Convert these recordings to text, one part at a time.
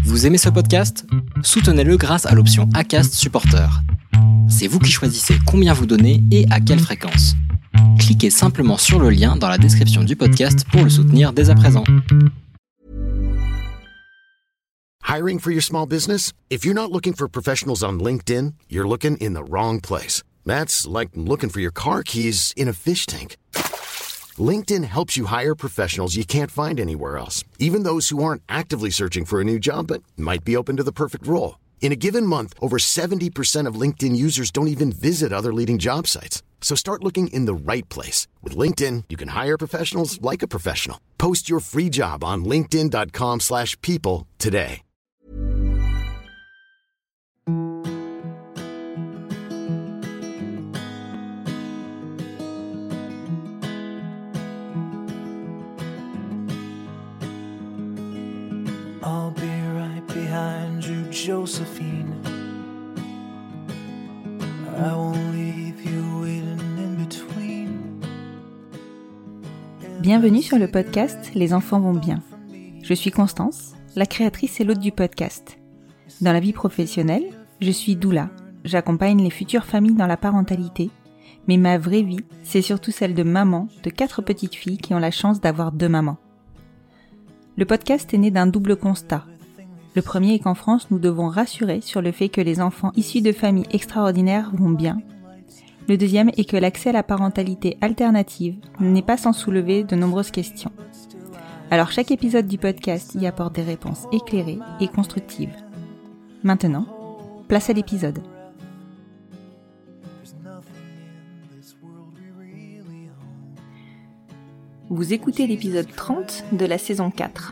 Vous aimez ce podcast ? Soutenez-le grâce à l'option Acast Supporter. C'est vous qui choisissez combien vous donnez et à quelle fréquence. Cliquez simplement sur le lien dans la description du podcast pour le soutenir dès à présent. Hiring for your small business? If you're not looking for professionals on LinkedIn, you're looking in the wrong place. That's like looking for your car keys in a fish tank. LinkedIn helps you hire professionals you can't find anywhere else, even those who aren't actively searching for a new job but might be open to the perfect role. In a given month, over 70% of LinkedIn users don't even visit other leading job sites. So start looking in the right place. With LinkedIn, you can hire professionals like a professional. Post your free job on linkedin.com/people today. I'll be right behind you, Josephine. I won't leave you waiting in between. Bienvenue sur le podcast Les enfants vont bien. Je suis Constance, la créatrice et l'hôte du podcast. Dans la vie professionnelle, je suis doula. J'accompagne les futures familles dans la parentalité, mais ma vraie vie, c'est surtout celle de maman de 4 petites filles qui ont la chance d'avoir 2 mamans. Le podcast est né d'un double constat. Le premier est qu'en France, nous devons rassurer sur le fait que les enfants issus de familles extraordinaires vont bien. Le deuxième est que l'accès à la parentalité alternative n'est pas sans soulever de nombreuses questions. Alors chaque épisode du podcast y apporte des réponses éclairées et constructives. Maintenant, place à l'épisode. Vous écoutez l'épisode 30 de la saison 4.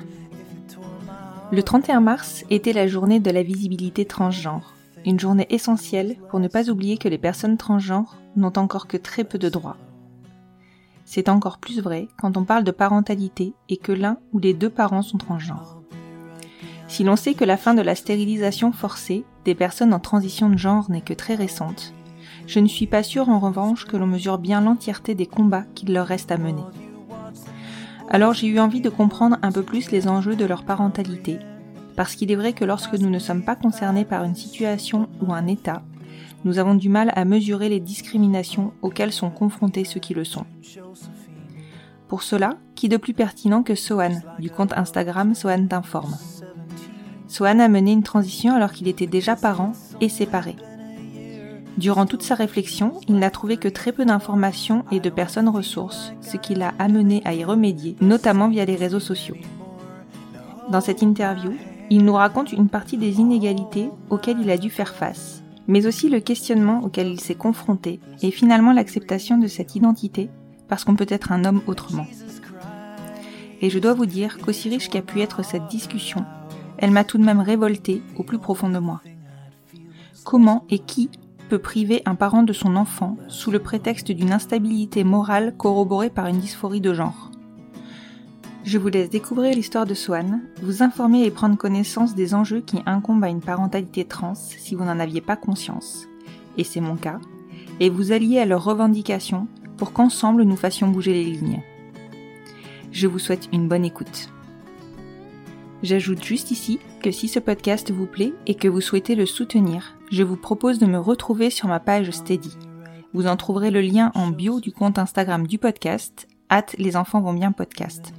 Le 31 mars était la journée de la visibilité transgenre, une journée essentielle pour ne pas oublier que les personnes transgenres n'ont encore que très peu de droits. C'est encore plus vrai quand on parle de parentalité et que l'un ou les 2 parents sont transgenres. Si l'on sait que la fin de la stérilisation forcée des personnes en transition de genre n'est que très récente, je ne suis pas sûre en revanche que l'on mesure bien l'entièreté des combats qu'il leur reste à mener. Alors j'ai eu envie de comprendre un peu plus les enjeux de leur parentalité, parce qu'il est vrai que lorsque nous ne sommes pas concernés par une situation ou un état, nous avons du mal à mesurer les discriminations auxquelles sont confrontés ceux qui le sont. Pour cela, qui de plus pertinent que Sohan, du compte Instagram Sohan t'informe. Sohan a mené une transition alors qu'il était déjà parent et séparé. Durant toute sa réflexion, il n'a trouvé que très peu d'informations et de personnes ressources, ce qui l'a amené à y remédier, notamment via les réseaux sociaux. Dans cette interview, il nous raconte une partie des inégalités auxquelles il a dû faire face, mais aussi le questionnement auquel il s'est confronté et finalement l'acceptation de cette identité parce qu'on peut être un homme autrement. Et je dois vous dire qu'aussi riche qu'a pu être cette discussion, elle m'a tout de même révoltée au plus profond de moi. Comment et qui peut priver un parent de son enfant sous le prétexte d'une instabilité morale corroborée par une dysphorie de genre. Je vous laisse découvrir l'histoire de Sohan, vous informer et prendre connaissance des enjeux qui incombent à une parentalité trans si vous n'en aviez pas conscience, et c'est mon cas, et vous allier à leurs revendications pour qu'ensemble nous fassions bouger les lignes. Je vous souhaite une bonne écoute. J'ajoute juste ici que si ce podcast vous plaît et que vous souhaitez le soutenir, je vous propose de me retrouver sur ma page Steady. Vous en trouverez le lien en bio du compte Instagram du podcast, @lesenfantsvontsbienpodcast.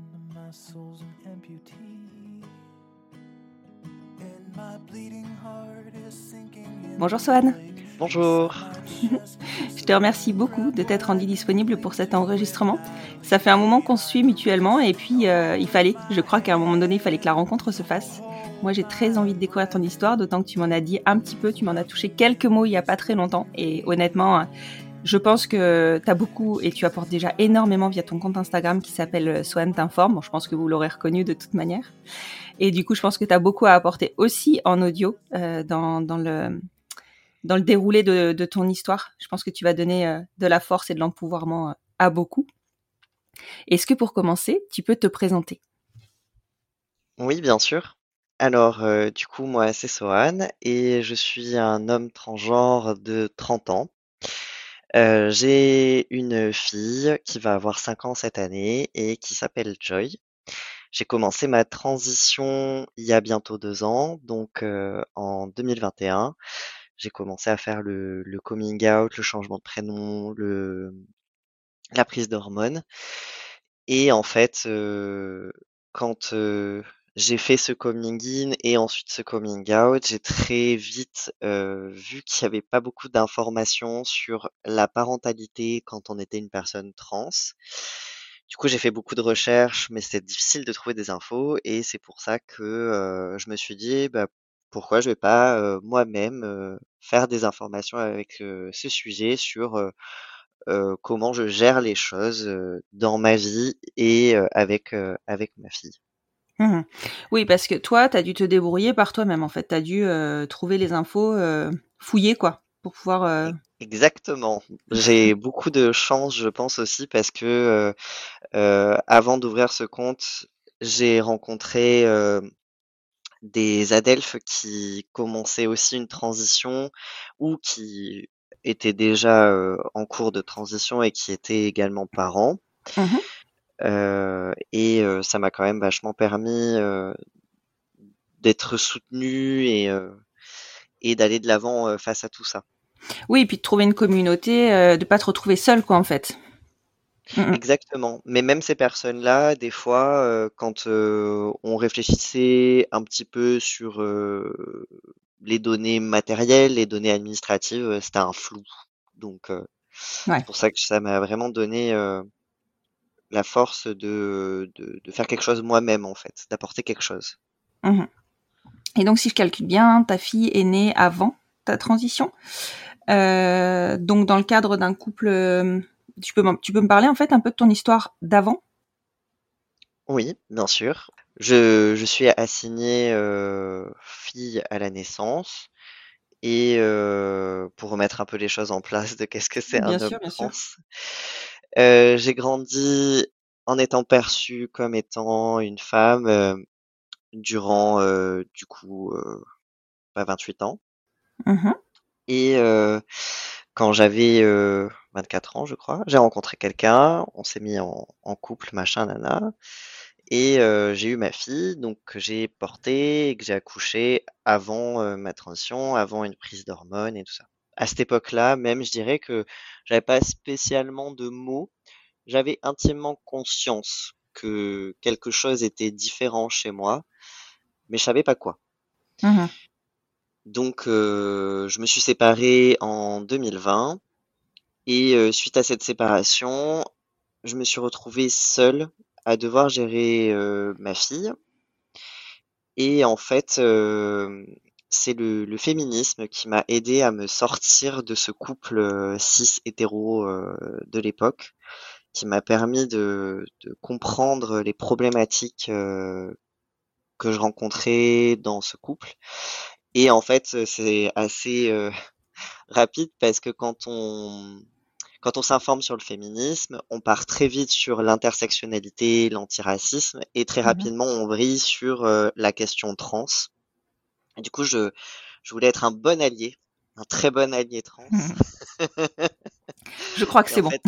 Bonjour Sohan. Bonjour. Je te remercie beaucoup de t'être rendu disponible pour cet enregistrement. Ça fait un moment qu'on se suit mutuellement et puis je crois qu'à un moment donné, il fallait que la rencontre se fasse. Moi, j'ai très envie de découvrir ton histoire, d'autant que tu m'en as dit un petit peu, tu m'en as touché quelques mots il y a pas très longtemps. Et honnêtement, je pense que tu as beaucoup et tu apportes déjà énormément via ton compte Instagram qui s'appelle Sohan t'informe. Bon, je pense que vous l'aurez reconnu de toute manière. Et du coup, je pense que tu as beaucoup à apporter aussi en audio dans le déroulé de ton histoire. Je pense que tu vas donner de la force et de l'empouvoirment à beaucoup. Est-ce que pour commencer, tu peux te présenter ? Oui, bien sûr. Alors, du coup, moi, c'est Sohan et je suis un homme transgenre de 30 ans. J'ai une fille qui va avoir 5 ans cette année et qui s'appelle Joy. J'ai commencé ma transition il y a bientôt 2 ans, donc en 2021. J'ai commencé à faire le coming out, le changement de prénom, la prise d'hormones et en fait, quand, j'ai fait ce coming in et ensuite ce coming out, j'ai très vite, vu qu'il y avait pas beaucoup d'informations sur la parentalité quand on était une personne trans. Du coup, j'ai fait beaucoup de recherches, mais c'était difficile de trouver des infos et c'est pour ça que, je me suis dit: «Bah, pourquoi je vais pas, moi-même, faire des informations avec, ce sujet sur, comment je gère les choses, dans ma vie et avec ma fille». Mmh. Oui, parce que toi, tu as dû te débrouiller par toi-même, en fait. Tu as dû, trouver les infos, fouiller quoi, pour pouvoir, Exactement. J'ai beaucoup de chance, je pense aussi parce que, avant d'ouvrir ce compte, j'ai rencontré, des adelphes qui commençaient aussi une transition ou qui étaient déjà, en cours de transition et qui étaient également parents. Mmh. Ça m'a quand même vachement permis, d'être soutenu et d'aller de l'avant, face à tout ça. Oui, et puis de trouver une communauté, de pas te retrouver seule quoi, en fait. Mmh. Exactement, mais même ces personnes-là, des fois, quand, on réfléchissait un petit peu sur, les données matérielles, les données administratives, c'était un flou. Donc, c'est Ouais. pour ça que ça m'a vraiment donné, la force de faire quelque chose moi-même, en fait, d'apporter quelque chose. Mmh. Et donc si je calcule bien, ta fille est née avant ta transition? Donc dans le cadre d'un couple, tu peux me parler, en fait, un peu de ton histoire d'avant? Oui, bien sûr. Je suis assignée, fille à la naissance et pour remettre un peu les choses en place de qu'est-ce que c'est Bien un homme sûr, bien sûr. trans. J'ai grandi en étant perçue comme étant une femme, durant, du coup, 28 ans Mmh. et quand j'avais, 24 ans, je crois, j'ai rencontré quelqu'un, on s'est mis en couple, machin, nin et j'ai eu ma fille, donc que j'ai portée et que j'ai accouchée avant, ma transition, avant une prise d'hormones et tout ça. À cette époque-là, même, je dirais que j'avais pas spécialement de mots. J'avais intimement conscience que quelque chose était différent chez moi, mais je savais pas quoi. Mmh. Donc, je me suis séparé en 2020 et suite à cette séparation, je me suis retrouvé seul à devoir gérer, ma fille et en fait, c'est le féminisme qui m'a aidé à me sortir de ce couple, cis hétéro, de l'époque, qui m'a permis de comprendre les problématiques, que je rencontrais dans ce couple et en fait, c'est assez, rapide parce que quand on s'informe sur le féminisme, on part très vite sur l'intersectionnalité, l'antiracisme et très Mmh. rapidement on vrille sur, la question trans. Et du coup, je voulais être un bon allié, un très bon allié trans Mmh. Je crois que et c'est en bon. fait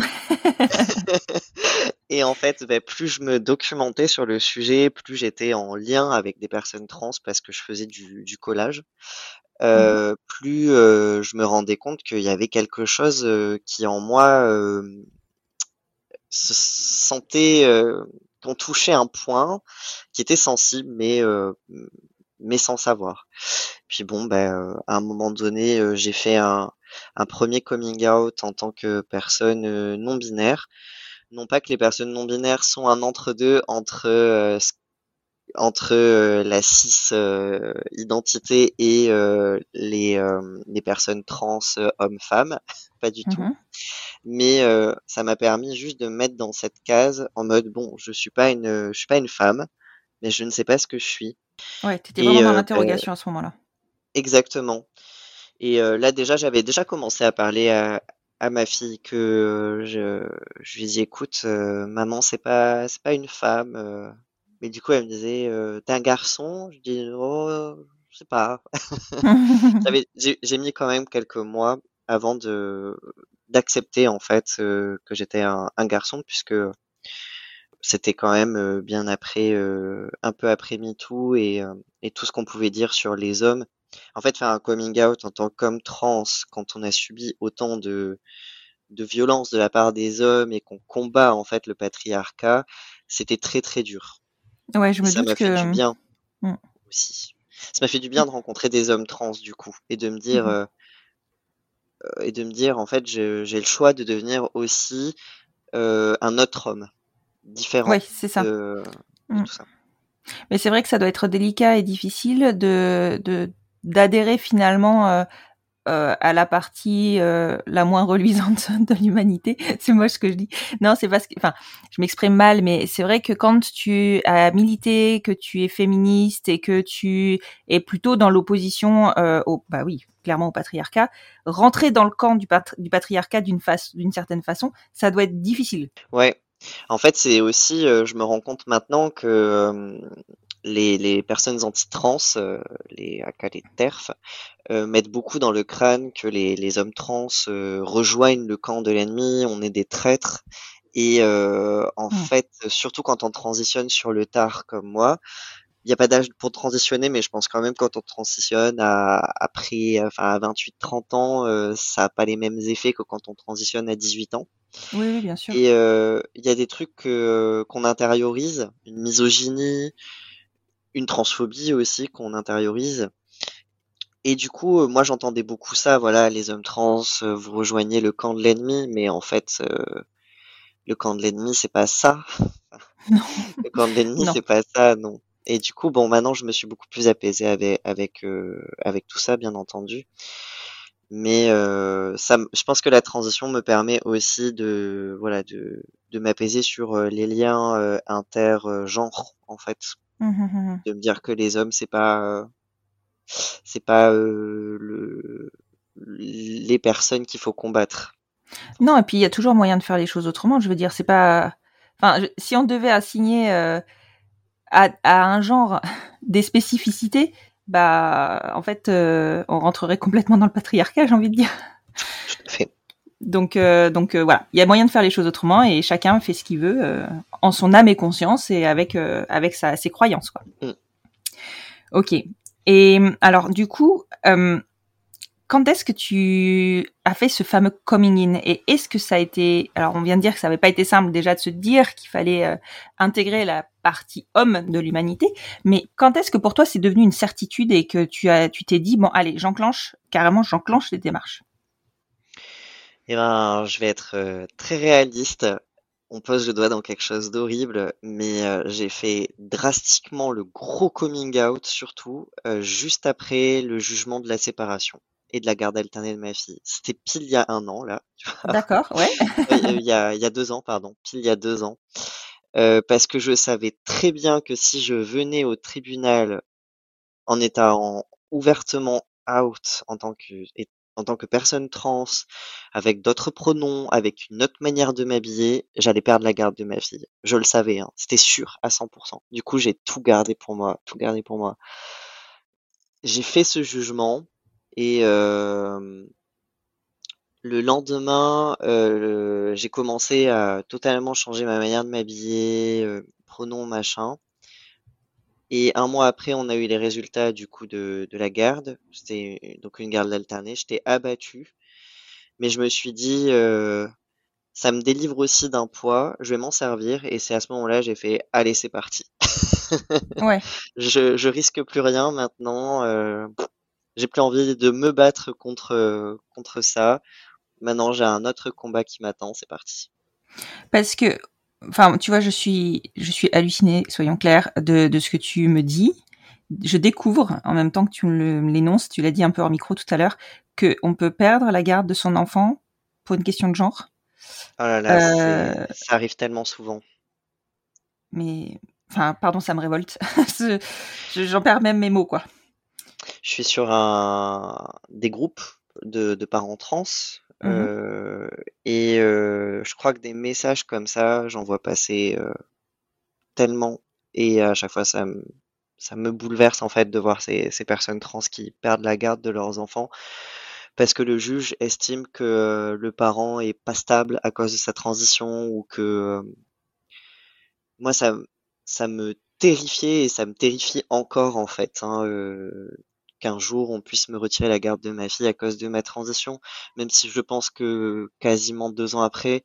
beh, plus je me documentais sur le sujet, plus j'étais en lien avec des personnes trans parce que je faisais du collage, Mmh. plus, je me rendais compte qu'il y avait quelque chose, qui en moi, se sentait, qu'on touchait un point qui était sensible mais sans savoir. Puis bon, ben, à un moment donné, j'ai fait un 1er coming out en tant que personne, non binaire. Non pas que les personnes non binaires sont un entre-deux entre, la cis, identité et les personnes trans, hommes-femmes, pas du tout. Mmh. Mais, ça m'a permis juste de me mettre dans cette case en mode: «Bon, je suis pas une femme, mais je ne sais pas ce que je suis» Ouais, tu étais et vraiment dans beh l'interrogation à ce moment-là. exactement et là déjà, j'avais déjà commencé à parler à ma fille que je lui ai dit: «Écoute, maman c'est pas une femme», mais du coup elle me disait: «Tu un garçon?» Je dis: «Oh, je sais pas». J'ai mis quand même quelques mois avant d'accepter en fait, que j'étais un garçon puisque c'était quand même bien après, un peu après MeToo et tout ce qu'on pouvait dire sur les hommes. En fait, faire un coming out en tant qu'homme trans, quand on a subi autant de violence de la part des hommes et qu'on combat en fait le patriarcat, c'était très très dur. Ouais, je Et me ça doute m'a fait du que. bien Mm. aussi. Ça m'a fait du bien de rencontrer des hommes trans du coup Mhm. et de me dire en fait j'ai le choix de devenir aussi un autre homme Ouais, différent c'est ça. de Mm. tout ça. Mais c'est vrai que ça doit être délicat et difficile d'adhérer finalement à la partie la moins reluisante de l'humanité. C'est moche ce que je dis. Non, c'est parce que, enfin, je m'exprime mal, mais c'est vrai que quand tu as milité, que tu es féministe et que tu es plutôt dans l'opposition bah oui, clairement au patriarcat, rentrer dans le camp du patriarcat d'une certaine façon, ça doit être difficile. Ouais. En fait, c'est aussi, je me rends compte maintenant que les personnes anti-trans, aka les TERF, mettent beaucoup dans le crâne que les hommes trans rejoignent le camp de l'ennemi, on est des traîtres. Et en Mm. fait, surtout quand on transitionne sur le tard comme moi, il n'y a pas d'âge pour transitionner, mais je pense quand même quand on transitionne après, enfin à 28-30 ans, ça n'a pas les mêmes effets que quand on transitionne à 18 ans. Oui, oui, bien sûr. Et il y a des trucs qu'on intériorise, une misogynie, une transphobie aussi qu'on intériorise. Et du coup, moi j'entendais beaucoup ça, voilà, les hommes trans, vous rejoignez le camp de l'ennemi, mais en fait, le camp de l'ennemi, c'est pas ça. Le camp de l'ennemi, Non. c'est pas ça, non. Et du coup, bon, maintenant je me suis beaucoup plus apaisé avec tout ça, bien entendu. Mais je pense que la transition me permet aussi voilà, de m'apaiser sur les liens intergenres, en fait. Mhm. De me dire que les hommes, c'est pas les personnes qu'il faut combattre. Non, et puis il y a toujours moyen de faire les choses autrement. Je veux dire, c'est pas. Enfin, si on devait assigner à un genre des spécificités, bah, en fait, on rentrerait complètement dans le patriarcat, j'ai envie de dire. Tout à fait. Donc voilà, il y a moyen de faire les choses autrement et chacun fait ce qu'il veut en son âme et conscience et avec ses croyances, quoi. Mm. Ok. Et alors, du coup, quand est-ce que tu as fait ce fameux coming in et est-ce que ça a été, alors on vient de dire que ça n'avait pas été simple déjà de se dire qu'il fallait intégrer la partie homme de l'humanité, mais quand est-ce que pour toi c'est devenu une certitude et que tu t'es dit bon allez j'enclenche les démarches. Eh ben, je vais être très réaliste. On pose le doigt dans quelque chose d'horrible, mais j'ai fait drastiquement le gros coming out, surtout juste après le jugement de la séparation et de la garde alternée de ma fille. C'était pile il y a un an, là. D'accord, ouais. Il y a 2 ans, pardon, pile il y a 2 ans. Parce que je savais très bien que si je venais au tribunal en étant ouvertement out en tant que personne trans, avec d'autres pronoms, avec une autre manière de m'habiller, j'allais perdre la garde de ma fille. Je le savais, hein, c'était sûr à 100%. Du coup, j'ai tout gardé pour moi, tout gardé pour moi. J'ai fait ce jugement et le lendemain, j'ai commencé à totalement changer ma manière de m'habiller, pronoms, machin. Et un mois après, on a eu les résultats du coup de la garde. C'était donc une garde alternée. J'étais abattu, mais je me suis dit, ça me délivre aussi d'un poids, je vais m'en servir. Et c'est à ce moment-là, j'ai fait, allez, c'est parti. Ouais. Je risque plus rien maintenant. J'ai plus envie de me battre contre ça. Maintenant, j'ai un autre combat qui m'attend. C'est parti. Parce que, enfin, tu vois, je suis hallucinée, soyons clairs, de ce que tu me dis. Je découvre, en même temps que tu me l'énonces, tu l'as dit un peu hors micro tout à l'heure, qu'on peut perdre la garde de son enfant pour une question de genre. Oh là là, Euh, ça arrive tellement souvent. mais, enfin, pardon, ça me révolte. J'en perds même mes mots, quoi. Je suis sur des groupes de parents trans, Mhm. et je crois que des messages comme ça, j'en vois passer tellement, et à chaque fois ça me bouleverse en fait de voir ces personnes trans qui perdent la garde de leurs enfants parce que le juge estime que le parent est pas stable à cause de sa transition ou que moi, ça me terrifiait et ça me terrifie encore, en fait, hein, qu'un jour on puisse me retirer la garde de ma fille à cause de ma transition, même si je pense que quasiment 2 ans après,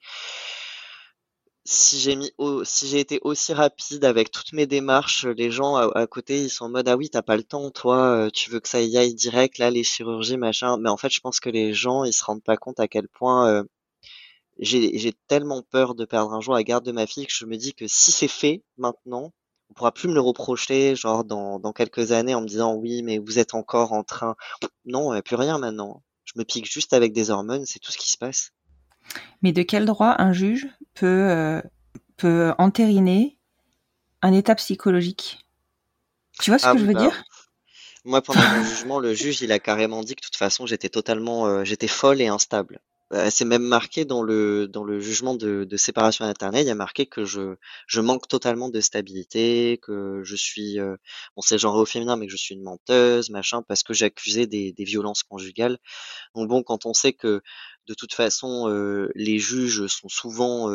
si j'ai été aussi rapide avec toutes mes démarches, les gens à côté, ils sont en mode: «Ah oui, t'as pas le temps toi, tu veux que ça y aille direct là, les chirurgies machin». Mais en fait, je pense que les gens, ils se rendent pas compte à quel point, j'ai tellement peur de perdre un jour la garde de ma fille que je me dis que si c'est fait maintenant, on pourra plus me le reprocher, genre dans quelques années en me disant: «Oui, mais vous êtes encore en train». Non, plus rien maintenant. Je me pique juste avec des hormones, c'est tout ce qui se passe. Mais de quel droit un juge peut entériner un état psychologique? Tu vois ce Ah que je oui, veux bah dire? moi, pendant mon jugement, le juge, il a carrément dit que de toute façon, j'étais folle et instable. C'est même marqué dans le jugement de séparation maternelle, il y a marqué que je manque totalement de stabilité, que je suis, bon, c'est genré au féminin, mais que je suis une menteuse, machin, parce que j'accusais des violences conjugales. Donc bon, quand on sait que de toute façon, les juges sont souvent,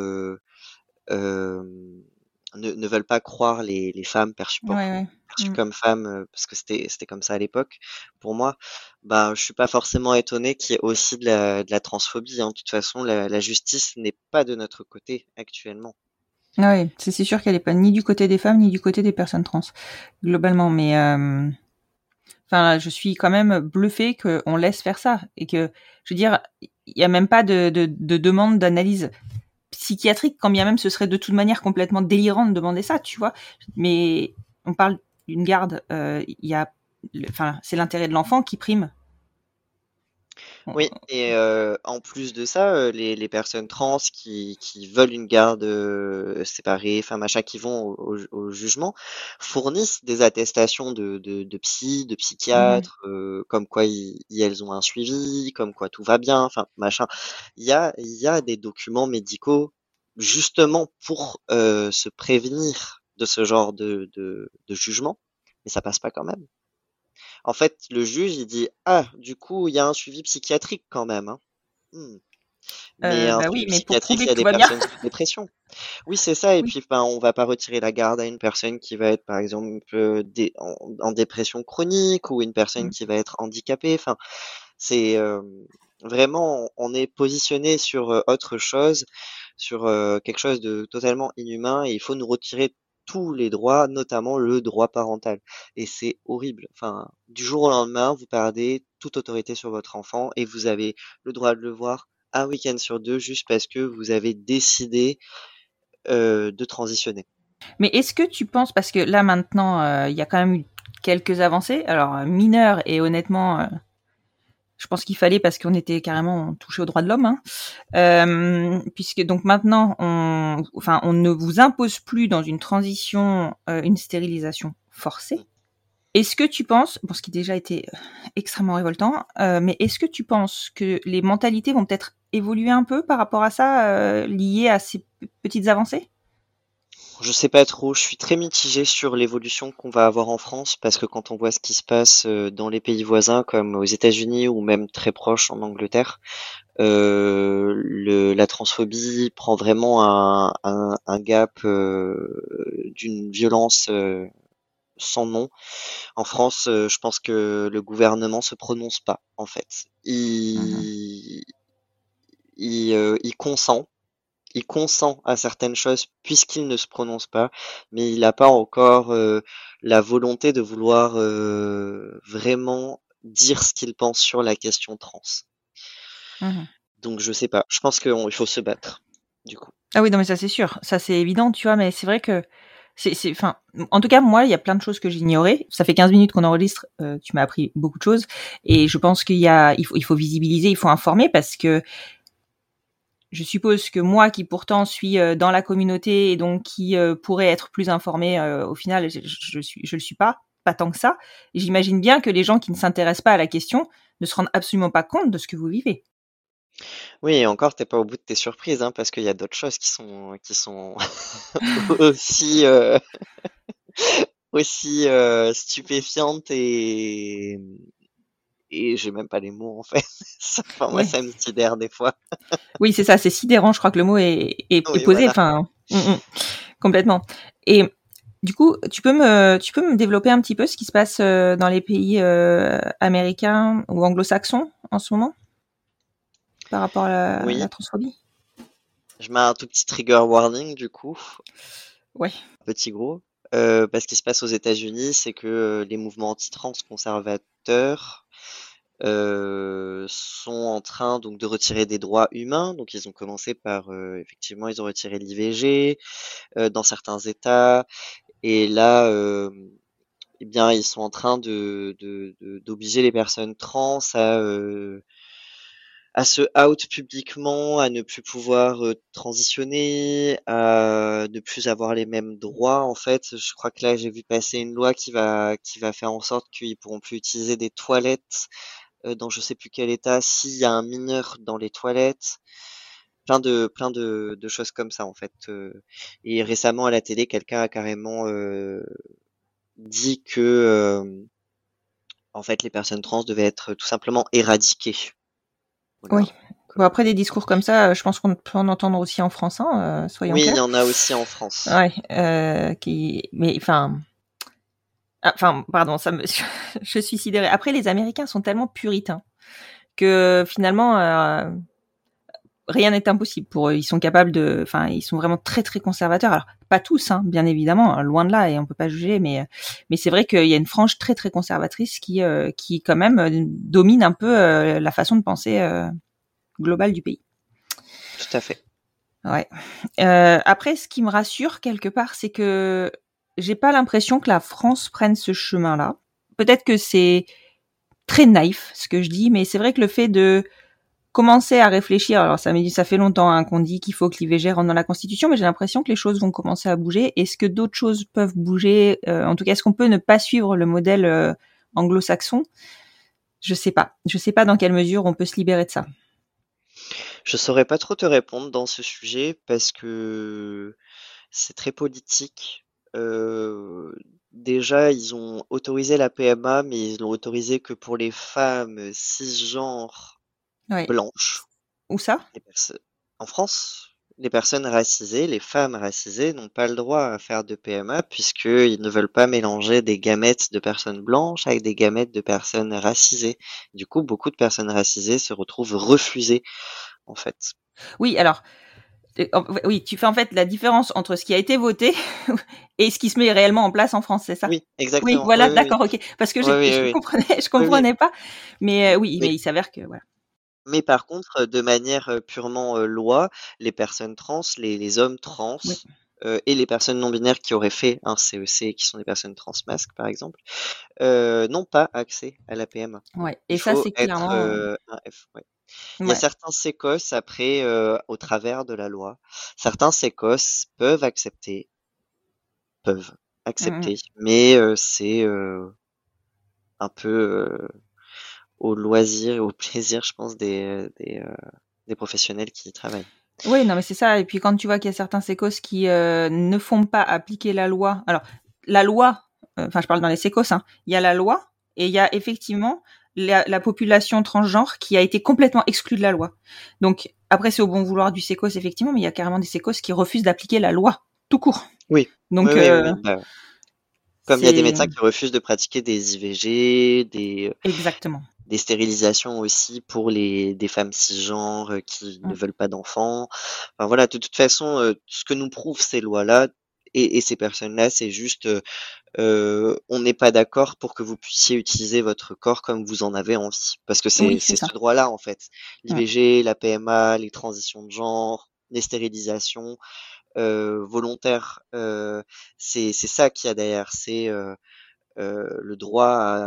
euh, ne veulent pas croire les femmes Ouais, ouais. perçues comme femmes, parce que c'était comme ça à l'époque, pour moi, bah, je suis pas forcément étonné qu'il y ait aussi de la transphobie, hein. De toute façon, la justice n'est pas de notre côté actuellement. Ouais, c'est sûr qu'elle est pas ni du côté des femmes ni du côté des personnes trans, globalement. Mais enfin, je suis quand même bluffée qu'on laisse faire ça et que, je veux dire, il y a même pas de demande d'analyse psychiatrique, quand bien même ce serait de toute manière complètement délirant de demander ça, tu vois. Mais on parle d'une garde, il y a, enfin, c'est l'intérêt de l'enfant qui prime. Oui, et en plus de ça, les personnes trans qui veulent une garde séparée, enfin machin, qui vont au jugement, fournissent des attestations de psy, de Mhm. psychiatre, comme quoi elles ont un suivi, comme quoi tout va bien, enfin machin. Il y a des documents médicaux justement pour se prévenir de ce genre de jugement, mais ça passe pas quand même. En fait, le juge, il dit: «Ah, du coup, il y a un suivi psychiatrique quand même, hein. Mmh. Mais un Bah suivi oui, mais pour psychiatrique, prouver il y a que tout des va bien. personnes sous dépression». Oui, c'est ça, et Oui. puis, enfin, on va pas retirer la garde à une personne qui va être, par exemple, en dépression chronique, ou une personne Mm. qui va être handicapée. Enfin, c'est, vraiment, on est positionné sur, autre chose, sur, quelque chose de totalement inhumain, et il faut nous retirer tous les droits, notamment le droit parental, et c'est horrible. Enfin, du jour au lendemain, vous perdez toute autorité sur votre enfant et vous avez le droit de le voir un week-end sur 2 juste parce que vous avez décidé, de transitionner. Mais est-ce que tu penses, parce que là maintenant, il y a quand même eu quelques avancées, alors mineures, et honnêtement, je pense qu'il fallait, parce qu'on était carrément touché aux droits de l'homme, hein. Puisque donc maintenant, on ne vous impose plus dans une transition une stérilisation forcée. Est-ce que tu penses, bon, ce qui déjà été extrêmement révoltant, mais est-ce que tu penses que les mentalités vont peut-être évoluer un peu par rapport à ça, liées à ces petites avancées? Je sais pas trop, je suis très mitigé sur l'évolution qu'on va avoir en France, parce que quand on voit ce qui se passe dans les pays voisins comme aux États-Unis ou même très proche en Angleterre, la transphobie prend vraiment un gap d'une violence sans nom. En France, je pense que le gouvernement se prononce pas, en fait. Mhm. Il consent. Il consent à certaines choses puisqu'il ne se prononce pas, mais il n'a pas encore la volonté de vouloir vraiment dire ce qu'il pense sur la question trans. Mhm. Donc je sais pas. Je pense qu'il faut se battre, du coup. Ah oui, non, mais ça c'est sûr, ça c'est évident, tu vois, mais c'est vrai que enfin, en tout cas, moi, il y a plein de choses que j'ignorais. Ça fait 15 minutes qu'on enregistre, tu m'as appris beaucoup de choses, et je pense il faut visibiliser, il faut informer, parce que je suppose que moi, qui pourtant suis dans la communauté et donc qui pourrais être plus informée, au final, je le suis pas tant que ça. Et j'imagine bien que les gens qui ne s'intéressent pas à la question ne se rendent absolument pas compte de ce que vous vivez. Oui, et encore, t'es pas au bout de tes surprises, hein, parce qu'il y a d'autres choses qui sont aussi, aussi stupéfiantes, et j'ai même pas les mots en fait. Enfin, moi, Ouais. ça me sidère des fois. Oui, c'est ça, c'est sidérant. Je crois que le mot est Oui, posé. voilà. Enfin, Complètement. Et du coup, tu peux me développer un petit peu ce qui se passe dans les pays américains ou anglo-saxons en ce moment par rapport à Oui, la transphobie? je mets un tout petit trigger warning du coup, Ouais. petit gros. Parce qu'il se passe aux États-Unis, c'est que les mouvements anti-trans conservateurs sont en train donc de retirer des droits humains. Donc ils ont commencé par effectivement ils ont retiré l'IVG dans certains États et là eh bien ils sont en train d'obliger les personnes trans à se out publiquement, à ne plus pouvoir transitionner, à ne plus avoir les mêmes droits. En fait, je crois que là j'ai vu passer une loi qui va faire en sorte qu'ils pourront plus utiliser des toilettes dans je sais plus quel état, s'il y a un mineur dans les toilettes, plein de choses comme ça en fait. Et récemment à la télé, quelqu'un a carrément dit que en fait les personnes trans devaient être tout simplement éradiquées. Voilà. Oui. Bon, après des discours comme ça, je pense qu'on peut en entendre aussi en France, hein, soyons Oui, il y clairs. en a aussi en France. Ouais. Mais enfin. Enfin, pardon, je suis sidérée. Après, les Américains sont tellement puritains que finalement, rien n'est impossible pour eux. Ils sont capables ils sont vraiment très très conservateurs. Alors, pas tous, hein, bien évidemment, hein, loin de là, et on peut pas juger, mais c'est vrai qu'il y a une frange très très conservatrice qui quand même domine un peu la façon de penser globale du pays. Tout à fait. Ouais. Après, ce qui me rassure quelque part, c'est que j'ai pas l'impression que la France prenne ce chemin-là. Peut-être que c'est très naïf ce que je dis, mais c'est vrai que le fait de commencer à réfléchir, alors ça fait longtemps hein, qu'on dit qu'il faut que l'IVG rentre dans la Constitution, mais j'ai l'impression que les choses vont commencer à bouger. Est-ce que d'autres choses peuvent bouger en tout cas, est-ce qu'on peut ne pas suivre le modèle anglo-saxon? Je sais pas. Je sais pas dans quelle mesure on peut se libérer de ça. Je saurais pas trop te répondre dans ce sujet parce que c'est très politique. Déjà, ils ont autorisé la PMA, mais ils l'ont autorisé que pour les femmes cisgenres Ouais. blanches. Où ça? En France, les personnes racisées, les femmes racisées n'ont pas le droit à faire de PMA puisqu'ils ne veulent pas mélanger des gamètes de personnes blanches avec des gamètes de personnes racisées. Du coup, beaucoup de personnes racisées se retrouvent refusées, en fait. Oui, alors oui, tu fais en fait la différence entre ce qui a été voté et ce qui se met réellement en place en France, c'est ça? Oui, Oui, exactement. Oui, voilà, oui, oui. d'accord, ok. Parce que Oui, oui, je oui, oui. je Oui, oui. comprenais pas. Mais oui, mais Mais, il s'avère que voilà. mais par contre, de manière purement loi, les personnes trans, les hommes trans Oui, et les personnes non binaires qui auraient fait un CEC, qui sont des personnes transmasques par exemple, n'ont pas accès à la PMA. ouais. Et Il ça, faut c'est être clairement. un F. Ouais. Il y a Ouais. certains sécos après, au travers de la loi, certains sécos peuvent Mm, accepter, mais c'est un peu au loisir et au plaisir, je pense, des professionnels qui y travaillent. oui, non, mais c'est ça. Et puis quand tu vois qu'il y a certains sécos qui ne font pas appliquer la loi. Alors, la loi, enfin, je parle dans les sécos, hein. Il y a la loi et il y a effectivement la population transgenre qui a été complètement exclue de la loi. Donc, après, c'est au bon vouloir du sécos, effectivement, mais il y a carrément des sécos qui refusent d'appliquer la loi, tout court. Oui, oui, Donc, oui, oui. Bah, comme il y a des c'est médecins qui refusent de pratiquer des IVG, exactement. des stérilisations aussi pour des femmes cisgenres qui ne Mm. veulent pas d'enfants. Enfin voilà, de toute façon, ce que nous prouvent ces lois-là et ces personnes-là, c'est juste on n'est pas d'accord pour que vous puissiez utiliser votre corps comme vous en avez envie. Parce que Oui, c'est c'est ça. ce droit-là en fait. Mm. L'IVG, la PMA, les transitions de genre, les stérilisations volontaires, c'est ça qu'il y a derrière. C'est le droit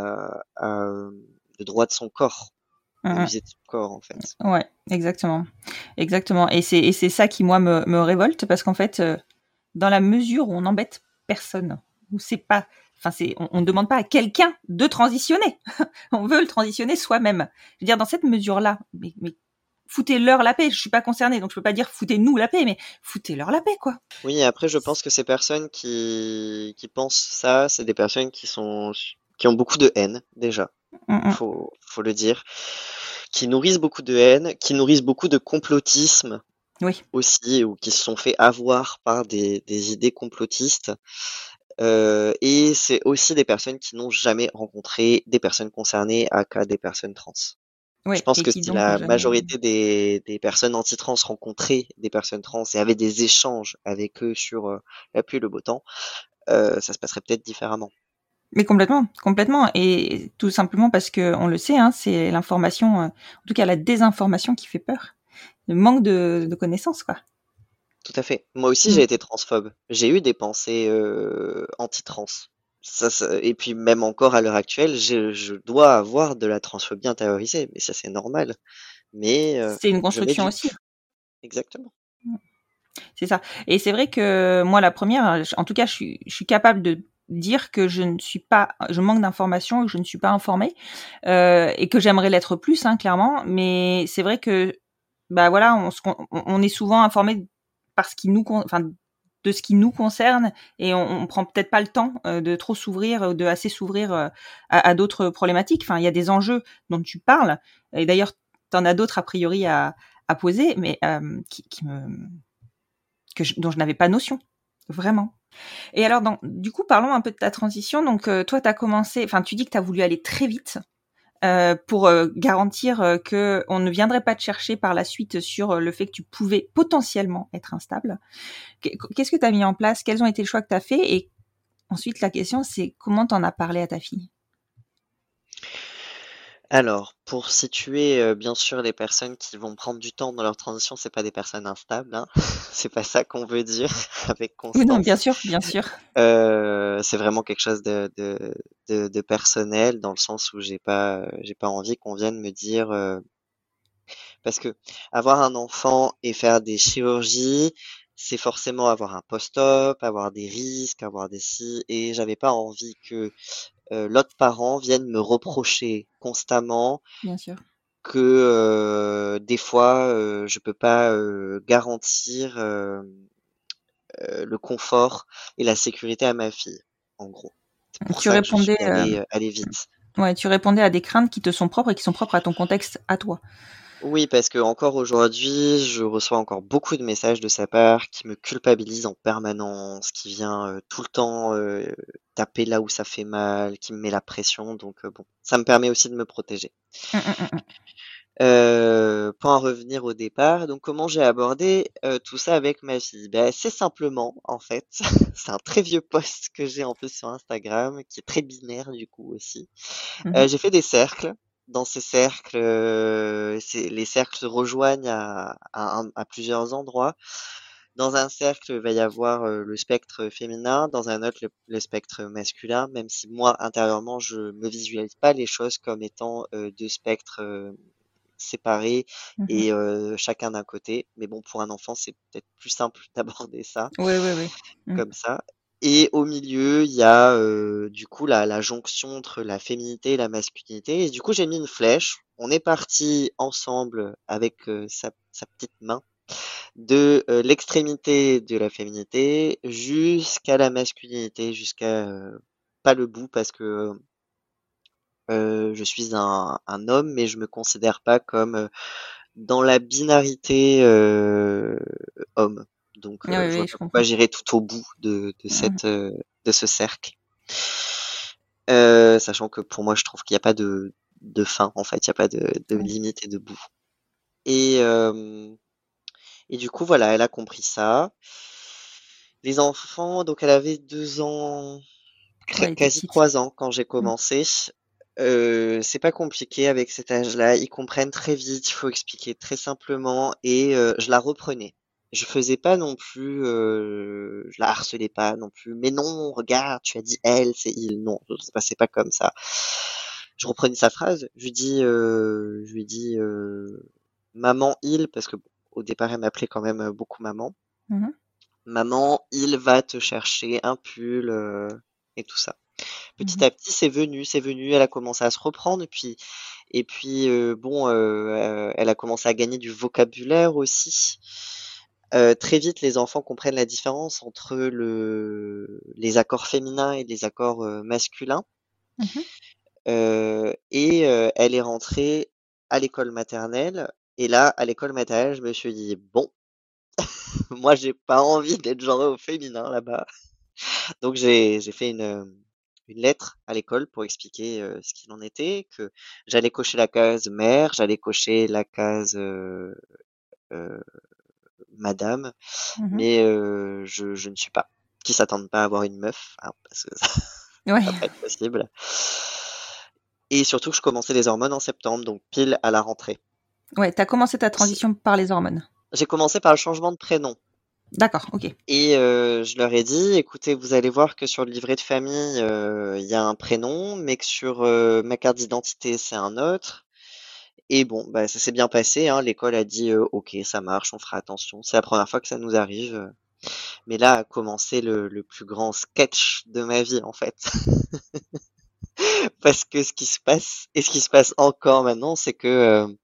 le droit de son corps, Mm, à mm. user de son corps en fait. Ouais, exactement. Exactement. Et c'est ça qui, moi, me révolte parce qu'en fait, dans la mesure où on n'embête personne, où c'est pas, enfin, on ne demande pas à quelqu'un de transitionner. On veut le transitionner soi-même. Je veux dire, dans cette mesure-là, mais foutez-leur la paix. Je suis pas concernée, donc je peux pas dire foutez-nous la paix, mais foutez-leur la paix, quoi. Oui, après je pense que ces personnes qui pensent ça, c'est des personnes qui ont beaucoup de haine déjà. Mm, mm. Faut le dire, qui nourrissent beaucoup de haine, qui nourrissent beaucoup de complotisme Oui. aussi, ou qui se sont fait avoir par des idées complotistes. Et c'est aussi des personnes qui n'ont jamais rencontré des personnes concernées, aka des personnes trans. Je Oui, pense et que qui si donc n'ont la jamais. majorité des personnes anti-trans rencontraient des personnes trans et avaient des échanges avec eux sur la pluie et le beau temps, ça se passerait peut-être différemment. Mais complètement, complètement, et tout simplement parce que on le sait, hein, c'est l'information, en tout cas la désinformation qui fait peur. Le manque de connaissances, quoi. Tout à fait. Moi aussi, j'ai Mm. été transphobe. J'ai eu des pensées anti-trans. Et puis même encore à l'heure actuelle, je dois avoir de la transphobie intériorisée, mais ça c'est normal. Mais C'est une je construction m'éduque. aussi. Exactement. C'est ça. Et c'est vrai que moi, la première, en tout cas, je suis capable de dire que je manque d'informations, que je ne suis pas informée, et que j'aimerais l'être plus, hein, clairement. Mais c'est vrai que, bah voilà, on est souvent informé par ce qui enfin, de ce qui nous concerne, et on prend peut-être pas le temps de trop s'ouvrir, de assez s'ouvrir à d'autres problématiques. Enfin, il y a des enjeux dont tu parles, et d'ailleurs, tu en as d'autres a priori à poser, mais qui me dont je n'avais pas notion, vraiment. Et alors, du coup, parlons un peu de ta transition. Donc, toi, tu as commencé, enfin, tu dis que tu as voulu aller très vite pour garantir que on ne viendrait pas te chercher par la suite sur le fait que tu pouvais potentiellement être instable. Qu'est-ce que tu as mis en place? Quels ont été les choix que tu as fait? Et ensuite, la question, c'est comment t'en as parlé à ta fille? Alors, pour situer, bien sûr, les personnes qui vont prendre du temps dans leur transition, c'est pas des personnes instables, hein. C'est pas ça qu'on veut dire avec Oui, non, bien Constance. sûr, bien sûr. C'est vraiment quelque chose de personnel, dans le sens où j'ai pas envie qu'on vienne me dire, parce que avoir un enfant et faire des chirurgies, c'est forcément avoir un post-op, avoir des risques, avoir des ci, et j'avais pas envie que l'autre parent vienne me reprocher constamment Bien sûr. que des fois je peux pas garantir le confort et la sécurité à ma fille, en gros. C'est pour Tu ça que je suis répondais, allé vite. ouais, tu répondais à des craintes qui te sont propres et qui sont propres à ton contexte, à toi. Oui, parce que encore aujourd'hui, je reçois encore beaucoup de messages de sa part qui me culpabilise en permanence, qui vient tout le temps taper là où ça fait mal, qui me met la pression. Donc bon, ça me permet aussi de me protéger. Mm. Pour en revenir au départ, donc comment j'ai abordé tout ça avec ma fille? Ben, assez simplement, en fait. C'est un très vieux post que j'ai en plus sur Instagram, qui est très binaire du coup aussi. Mhm. J'ai fait des cercles. Dans ces cercles, les cercles se rejoignent à plusieurs endroits. Dans un cercle, il va y avoir le spectre féminin, dans un autre, le spectre masculin, même si moi, intérieurement, je me visualise pas les choses comme étant deux spectres séparés Mhm. et chacun d'un côté. Mais bon, pour un enfant, c'est peut-être plus simple d'aborder ça Oui, oui, oui. Mm. comme ça. Et au milieu, il y a du coup la jonction entre la féminité et la masculinité. Et du coup, j'ai mis une flèche. On est parti ensemble avec sa petite main de l'extrémité de la féminité jusqu'à la masculinité, jusqu'à pas le bout parce que je suis un homme, mais je me considère pas comme dans la binarité homme. Donc, Oui, je vois oui, je pas pourquoi comprends. j'irai tout au bout de Mhm. de ce cercle. Sachant que pour moi, je trouve qu'il n'y a pas de fin, en fait, il n'y a pas de Oui. limite et de bout. Et, euh, et du coup, voilà, elle a compris ça. Les enfants, donc elle avait 2 ans, Ouais, elle était quasi petite. 3 ans quand j'ai Mm. commencé. C'est pas compliqué avec cet âge-là. Ils comprennent très vite, il faut expliquer très simplement et je la reprenais. Je faisais pas non plus, je la harcelais pas non plus. Mais non, regarde, tu as dit elle, c'est il. Non, ça se passait pas comme ça. Je reprenais sa phrase. Je lui dis maman il parce que bon, au départ elle m'appelait quand même beaucoup maman. Mhm. Maman, il va te chercher un pull et tout ça. Petit Mhm. à petit, c'est venu, elle a commencé à se reprendre et puis bon, elle a commencé à gagner du vocabulaire aussi. Très vite, les enfants comprennent la différence entre les accords féminins et les accords masculins. Mhm. Et elle est rentrée à l'école maternelle. Et là, à l'école maternelle, je me suis dit bon. Moi, j'ai pas envie d'être genré au féminin là-bas. Donc j'ai fait une lettre à l'école pour expliquer ce qu'il en était, que j'allais cocher la case mère, j'allais cocher la case euh, madame, Mhm. mais je ne suis pas. Qui s'attendent pas à avoir une meuf, hein, parce que ça Ouais. va pas être possible. Et surtout que je commençais les hormones en septembre, donc pile à la rentrée. Ouais, t'as commencé ta transition par les hormones. J'ai commencé par le changement de prénom. D'accord, ok. Et je leur ai dit, écoutez, vous allez voir que sur le livret de famille, il y a un prénom, mais que sur ma carte d'identité, c'est un autre. Et bon, bah, ça s'est bien passé, hein. L'école a dit, ok, ça marche, on fera attention. C'est la première fois que ça nous arrive. Mais là a commencé le plus grand sketch de ma vie, en fait. Parce que ce qui se passe, et ce qui se passe encore maintenant, c'est que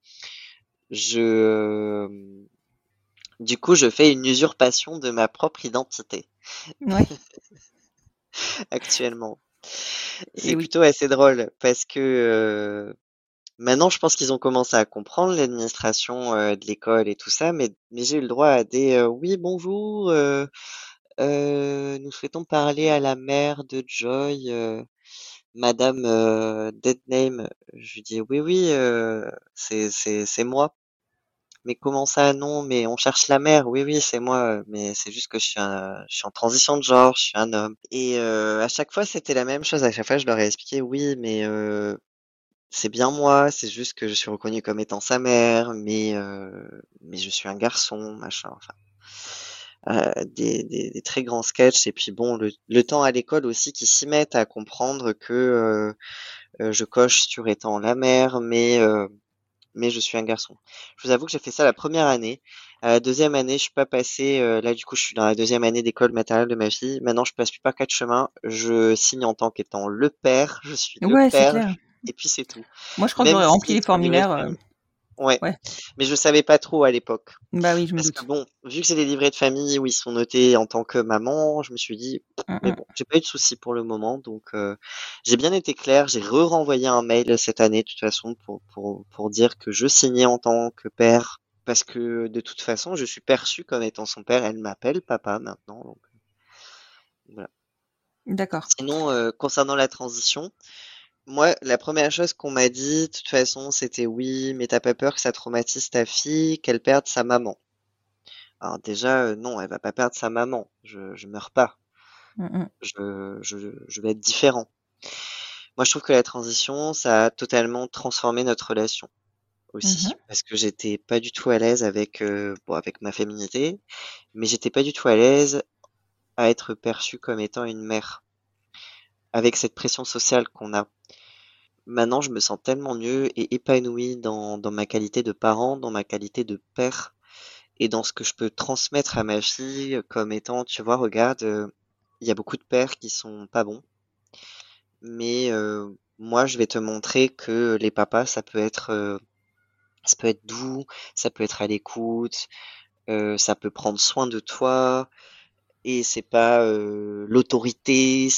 je, du coup, je fais une usurpation de ma propre identité Ouais. actuellement. Et C'est oui. plutôt assez drôle parce que maintenant, je pense qu'ils ont commencé à comprendre l'administration de l'école et tout ça, mais j'ai eu le droit à des oui, bonjour, nous souhaitons parler à la mère de Joy, Madame Deadname. Je lui dis oui, oui, c'est moi. Mais comment ça, non? Mais on cherche la mère. Oui, oui, c'est moi. Mais c'est juste que je suis en transition de genre. Je suis un homme. Et à chaque fois, c'était la même chose. À chaque fois, je leur ai expliqué, oui, mais c'est bien moi. C'est juste que je suis reconnu comme étant sa mère, mais je suis un garçon, machin. Enfin, des très grands sketchs. Et puis bon, le temps à l'école aussi qui s'y mettent à comprendre que je coche sur étant la mère, mais je suis un garçon. Je vous avoue que j'ai fait ça la première année. À la deuxième année, je suis pas passé. Là, du coup, je suis dans la deuxième année d'école maternelle de ma fille. Maintenant, je passe plus par quatre chemins. Je signe en tant qu'étant le père. Je suis le Ouais, c'est père. clair. Et puis c'est tout. Moi, je crois que Même j'aurais rempli si les sur le livret de formulaires. famille. Ouais. Ouais. Mais je savais pas trop à l'époque. Bah oui, je me Parce que doute. bon, vu que c'est des livrets de famille où ils sont notés en tant que maman, je me suis dit, Mm, mais mm. bon, j'ai pas eu de soucis pour le moment, donc j'ai bien été clair. J'ai re-renvoyé un mail cette année, de toute façon, pour dire que je signais en tant que père, parce que de toute façon, je suis perçu comme étant son père. Elle m'appelle papa maintenant, donc voilà. D'accord. Sinon, concernant la transition, moi, la première chose qu'on m'a dit, de toute façon, c'était oui, mais t'as pas peur que ça traumatise ta fille, qu'elle perde sa maman. Alors déjà, non, elle va pas perdre sa maman. Je meurs pas. Mm, mm. Je vais être différent. Moi, je trouve que la transition, ça a totalement transformé notre relation aussi, Mhm. parce que j'étais pas du tout à l'aise avec bon, avec ma féminité, mais j'étais pas du tout à l'aise à être perçue comme étant une mère, avec cette pression sociale qu'on a. Maintenant, je me sens tellement mieux et épanoui dans ma qualité de parent, dans ma qualité de père et dans ce que je peux transmettre à ma fille comme étant, tu vois, regarde, il y a beaucoup de pères qui sont pas bons, mais moi, je vais te montrer que les papas, ça peut être doux, ça peut être à l'écoute, ça peut prendre soin de toi, et c'est pas l'autorité,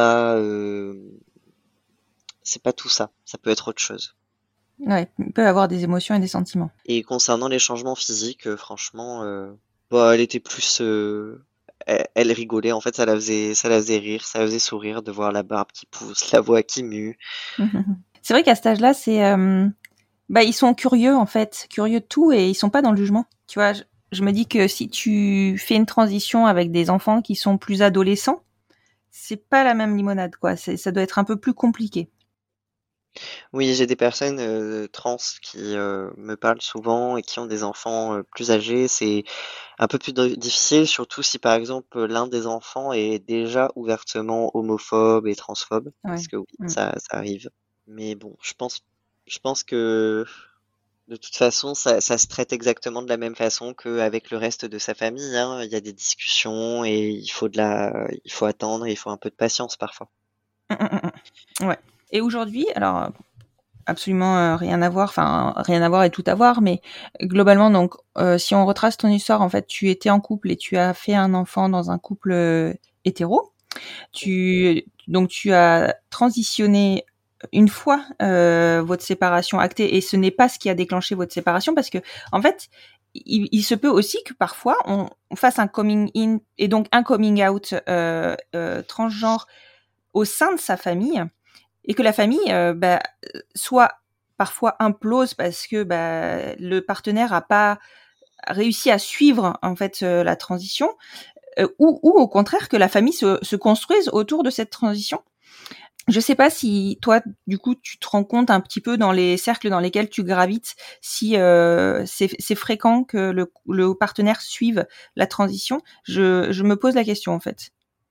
c'est pas tout ça. Ça peut être autre chose. Ouais, il peut avoir des émotions et des sentiments. Et concernant les changements physiques, franchement, bah, elle était plus, elle rigolait. En fait, ça la faisait rire, ça la faisait sourire de voir la barbe qui pousse, la voix qui mue. C'est vrai qu'à cet âge-là, bah, ils sont curieux, en fait, curieux de tout et ils sont pas dans le jugement. Tu vois, je me dis que si tu fais une transition avec des enfants qui sont plus adolescents, c'est pas la même limonade, quoi. Ça doit être un peu plus compliqué. Oui, j'ai des personnes trans qui me parlent souvent et qui ont des enfants plus âgés. C'est un peu plus difficile, surtout si par exemple l'un des enfants est déjà ouvertement homophobe et transphobe, Ouais. parce que oui, Mm. ça arrive. Mais bon, je pense que de toute façon, ça se traite exactement de la même façon qu'avec le reste de sa famille, hein. Il y a des discussions et il faut attendre, et il faut un peu de patience parfois. Mm, mm, mm. Ouais. Et aujourd'hui, alors absolument rien à voir, enfin rien à voir et tout à voir, mais globalement donc si on retrace ton histoire, en fait tu étais en couple et tu as fait un enfant dans un couple hétéro. Donc tu as transitionné une fois votre séparation actée et ce n'est pas ce qui a déclenché votre séparation parce que en fait il se peut aussi que parfois on fasse un coming in et donc un coming out transgenre au sein de sa famille et que la famille soit parfois implose parce que le partenaire a pas réussi à suivre en fait la transition ou au contraire que la famille se construise autour de cette transition. Je sais pas si toi, du coup, tu te rends compte un petit peu dans les cercles dans lesquels tu gravites, si c'est fréquent que le partenaire suive la transition. Je me pose la question en fait.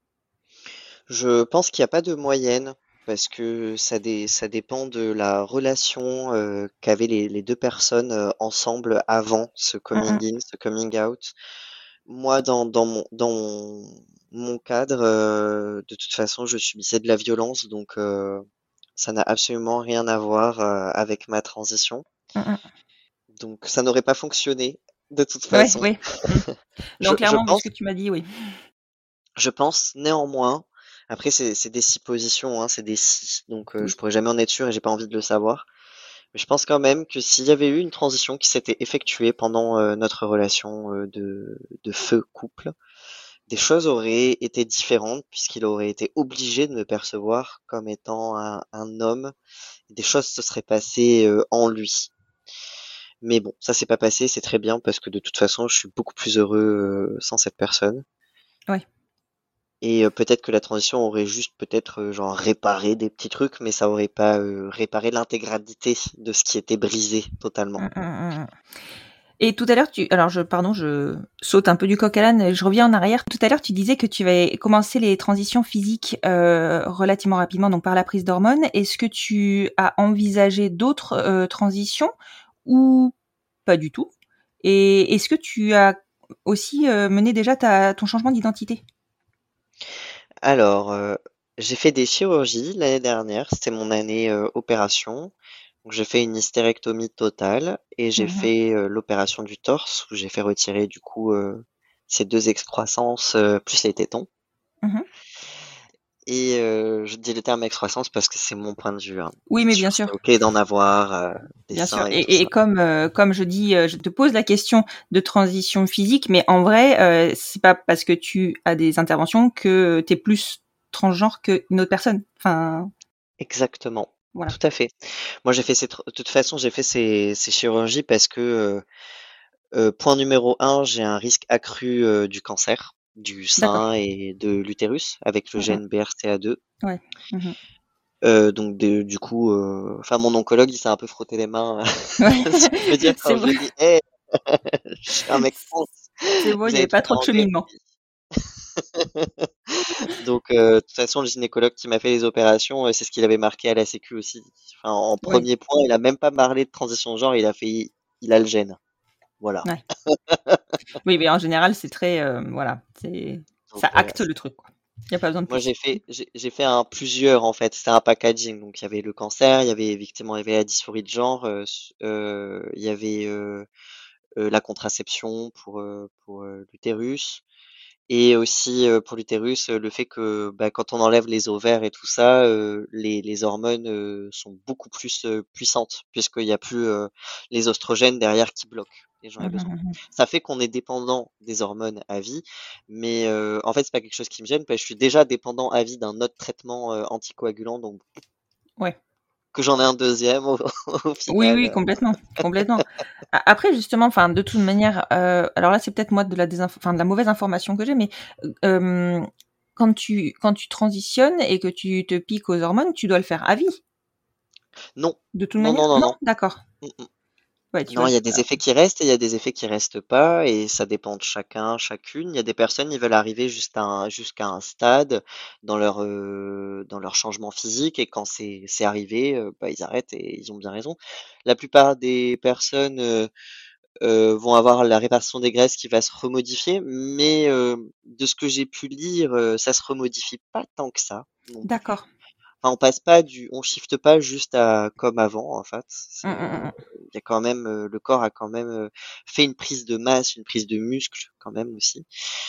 Je pense qu'il n'y a pas de moyenne parce que ça dépend de la relation qu'avaient les deux personnes ensemble avant ce coming in, ce coming out. Moi, dans mon cadre, de toute façon, je subissais de la violence, donc ça n'a absolument rien à voir avec ma transition. Donc ça n'aurait pas fonctionné de toute Ouais, façon. oui. Je, Non, je clairement, vu ce pense, que tu m'as dit, oui. je pense néanmoins, après c'est des suppositions, hein, c'est des si, donc Oui. je pourrais jamais en être sûr et j'ai pas envie de le savoir. Mais je pense quand même que s'il y avait eu une transition qui s'était effectuée pendant notre relation de feu couple, des choses auraient été différentes puisqu'il aurait été obligé de me percevoir comme étant un homme. Des choses se seraient passées en lui. Mais bon, ça s'est pas passé, c'est très bien parce que de toute façon, je suis beaucoup plus heureux sans cette personne. Ouais. Et peut-être que la transition aurait juste peut-être genre réparé des petits trucs, mais ça aurait pas réparé l'intégralité de ce qui était brisé totalement. Et tout à l'heure, je saute un peu du coq à l'âne, je reviens en arrière. Tout à l'heure, tu disais que tu avais commencé les transitions physiques relativement rapidement, donc par la prise d'hormones. Est-ce que tu as envisagé d'autres transitions ou pas du tout? Et est-ce que tu as aussi mené déjà ton changement d'identité? Alors, j'ai fait des chirurgies l'année dernière, c'était mon année opération. Donc j'ai fait une hystérectomie totale et j'ai Mhm, fait l'opération du torse où j'ai fait retirer du coup ces deux excroissances plus les tétons. mhm. Et je dis le terme excroissance parce que c'est mon point de vue, hein. Oui, Bien mais bien sûr, c'est sûr. ok d'en avoir des Bien sûr. seins et tout Et ça. comme je dis, je te pose la question de transition physique, mais en vrai, c'est pas parce que tu as des interventions que tu es plus transgenre qu'une autre personne. Enfin, Exactement, voilà. tout à fait. Moi, de toute façon, j'ai fait ces chirurgies parce que point numéro un, j'ai un risque accru du cancer du D'accord. sein et de l'utérus avec le Mhm. gène BRCA2. Ouais. Mhm. Donc du coup, enfin mon oncologue, il s'est un peu frotté les mains, Ouais. si on peut dire, C'est quand je vrai. lui ai dit: «Hey, je suis un mec trans, C'est bon, il vous n'y avait avez tout pas trop de arrangé?» cheminement. Donc de toute façon, le gynécologue qui m'a fait les opérations, c'est ce qu'il avait marqué à la sécu aussi. Enfin, en Oui. premier point, il a même pas parlé de transition de genre, il a fait: «Il a le gène». Voilà. Ouais. Oui, mais en général, c'est très, voilà, ça Donc acte le truc, quoi. Il n'y a pas besoin de moi plus. j'ai fait un plusieurs en fait, c'était un packaging. Donc il y avait le cancer, il y avait effectivement il y avait la dysphorie de genre, il y avait la contraception pour l'utérus et aussi pour l'utérus, le fait que bah, quand on enlève les ovaires et tout ça, les hormones sont beaucoup plus puissantes puisqu'il n'y a plus les oestrogènes derrière qui bloquent. Et j'en ai Mhm, besoin. mhm. Ça fait qu'on est dépendant des hormones à vie, mais en fait c'est pas quelque chose qui me gêne parce que je suis déjà dépendant à vie d'un autre traitement anticoagulant, donc Ouais. que j'en ai un deuxième au, au Oui, final. oui, complètement, complètement. Après, justement, enfin, de toute manière, alors là, c'est peut-être moi de la enfin, de la mauvaise information que j'ai, mais euh, quand tu transitionnes et que tu te piques aux hormones, tu dois le faire à vie. Non, De toute non, manière, non, non, non, non. d'accord. Mm, mm. Ouais, tu Non, dois il le y a des faire. effets qui restent et il y a des effets qui restent pas et ça dépend de chacun, chacune. Il y a des personnes, ils veulent arriver jusqu'à un stade dans leur changement physique et quand c'est arrivé, bah, ils arrêtent et ils ont bien raison. La plupart des personnes vont avoir la répartition des graisses qui va se remodifier, mais de ce que j'ai pu lire, ça se remodifie pas tant que ça non plus. D'accord. Enfin, on shifte pas juste à comme avant, en fait. Hum, hum, hum, hum. Il y a quand même, le corps a quand même fait une prise de masse, une prise de muscle quand même aussi.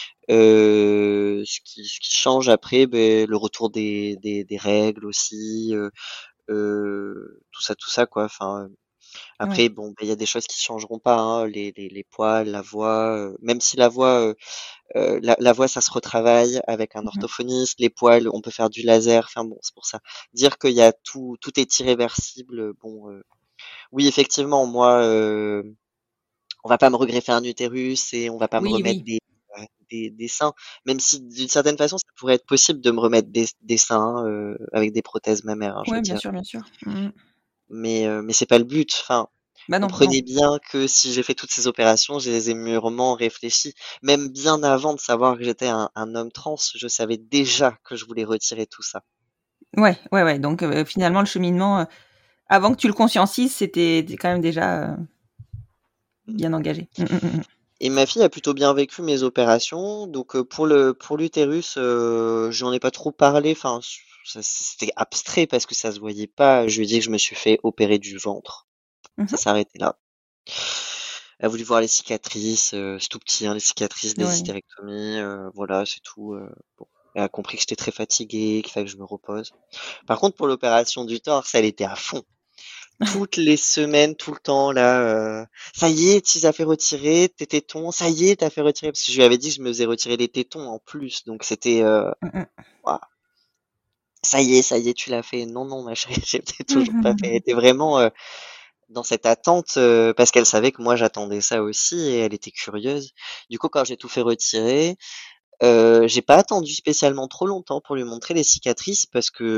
Ce qui change après, ben, le retour des règles aussi, tout ça quoi. Enfin, Ouais. Après, bon, il y a des choses qui changeront pas, hein, les poils, la voix, même si la voix, la voix, ça se retravaille avec un Mmh. orthophoniste. Les poils, on peut faire du laser. Enfin bon, c'est pour ça. Dire qu'il y a tout est irréversible. Bon, oui, effectivement, moi, on va pas me regreffer un utérus et on va pas me Oui, remettre oui. des seins. Même si d'une certaine façon, ça pourrait être possible de me remettre des seins avec des prothèses mammaires, hein, je veux Ouais, bien dire. sûr, bien sûr. Mmh. Mais c'est pas le but. Enfin, Bah, non, non. comprenez bien que si j'ai fait toutes ces opérations, je les ai mûrement réfléchies. Même bien avant de savoir que j'étais un homme trans, je savais déjà que je voulais retirer tout ça. Ouais, ouais, ouais, donc finalement le cheminement, avant que tu le conscientises, c'était quand même déjà, bien engagé. Mmh, mmh, mmh, mmh. Et ma fille a plutôt bien vécu mes opérations, donc pour l'utérus, j'en ai pas trop parlé. Enfin, c'était abstrait parce que ça se voyait pas. Je lui ai dit que je me suis fait opérer du ventre. Ça Mmh. s'est arrêté là. Elle a voulu voir les cicatrices, c'est tout petit, hein, les cicatrices des Ouais. hystérectomies, voilà, c'est tout. Bon. Elle a compris que j'étais très fatiguée, qu'il fallait que je me repose. Par contre, pour l'opération du torse, elle était à fond. Toutes les semaines, tout le temps, là, ça y est, tu as fait retirer tes tétons, ça y est, t'as fait retirer, parce que je lui avais dit que je me faisais retirer les tétons en plus, donc c'était, Mmh mh. ouah, ça y est, tu l'as fait. Non, non, ma chérie, j'ai peut-être toujours pas fait. Elle Mmh. était vraiment dans cette attente, parce qu'elle savait que moi j'attendais ça aussi et elle était curieuse. Du coup, quand j'ai tout fait retirer, j'ai pas attendu spécialement trop longtemps pour lui montrer les cicatrices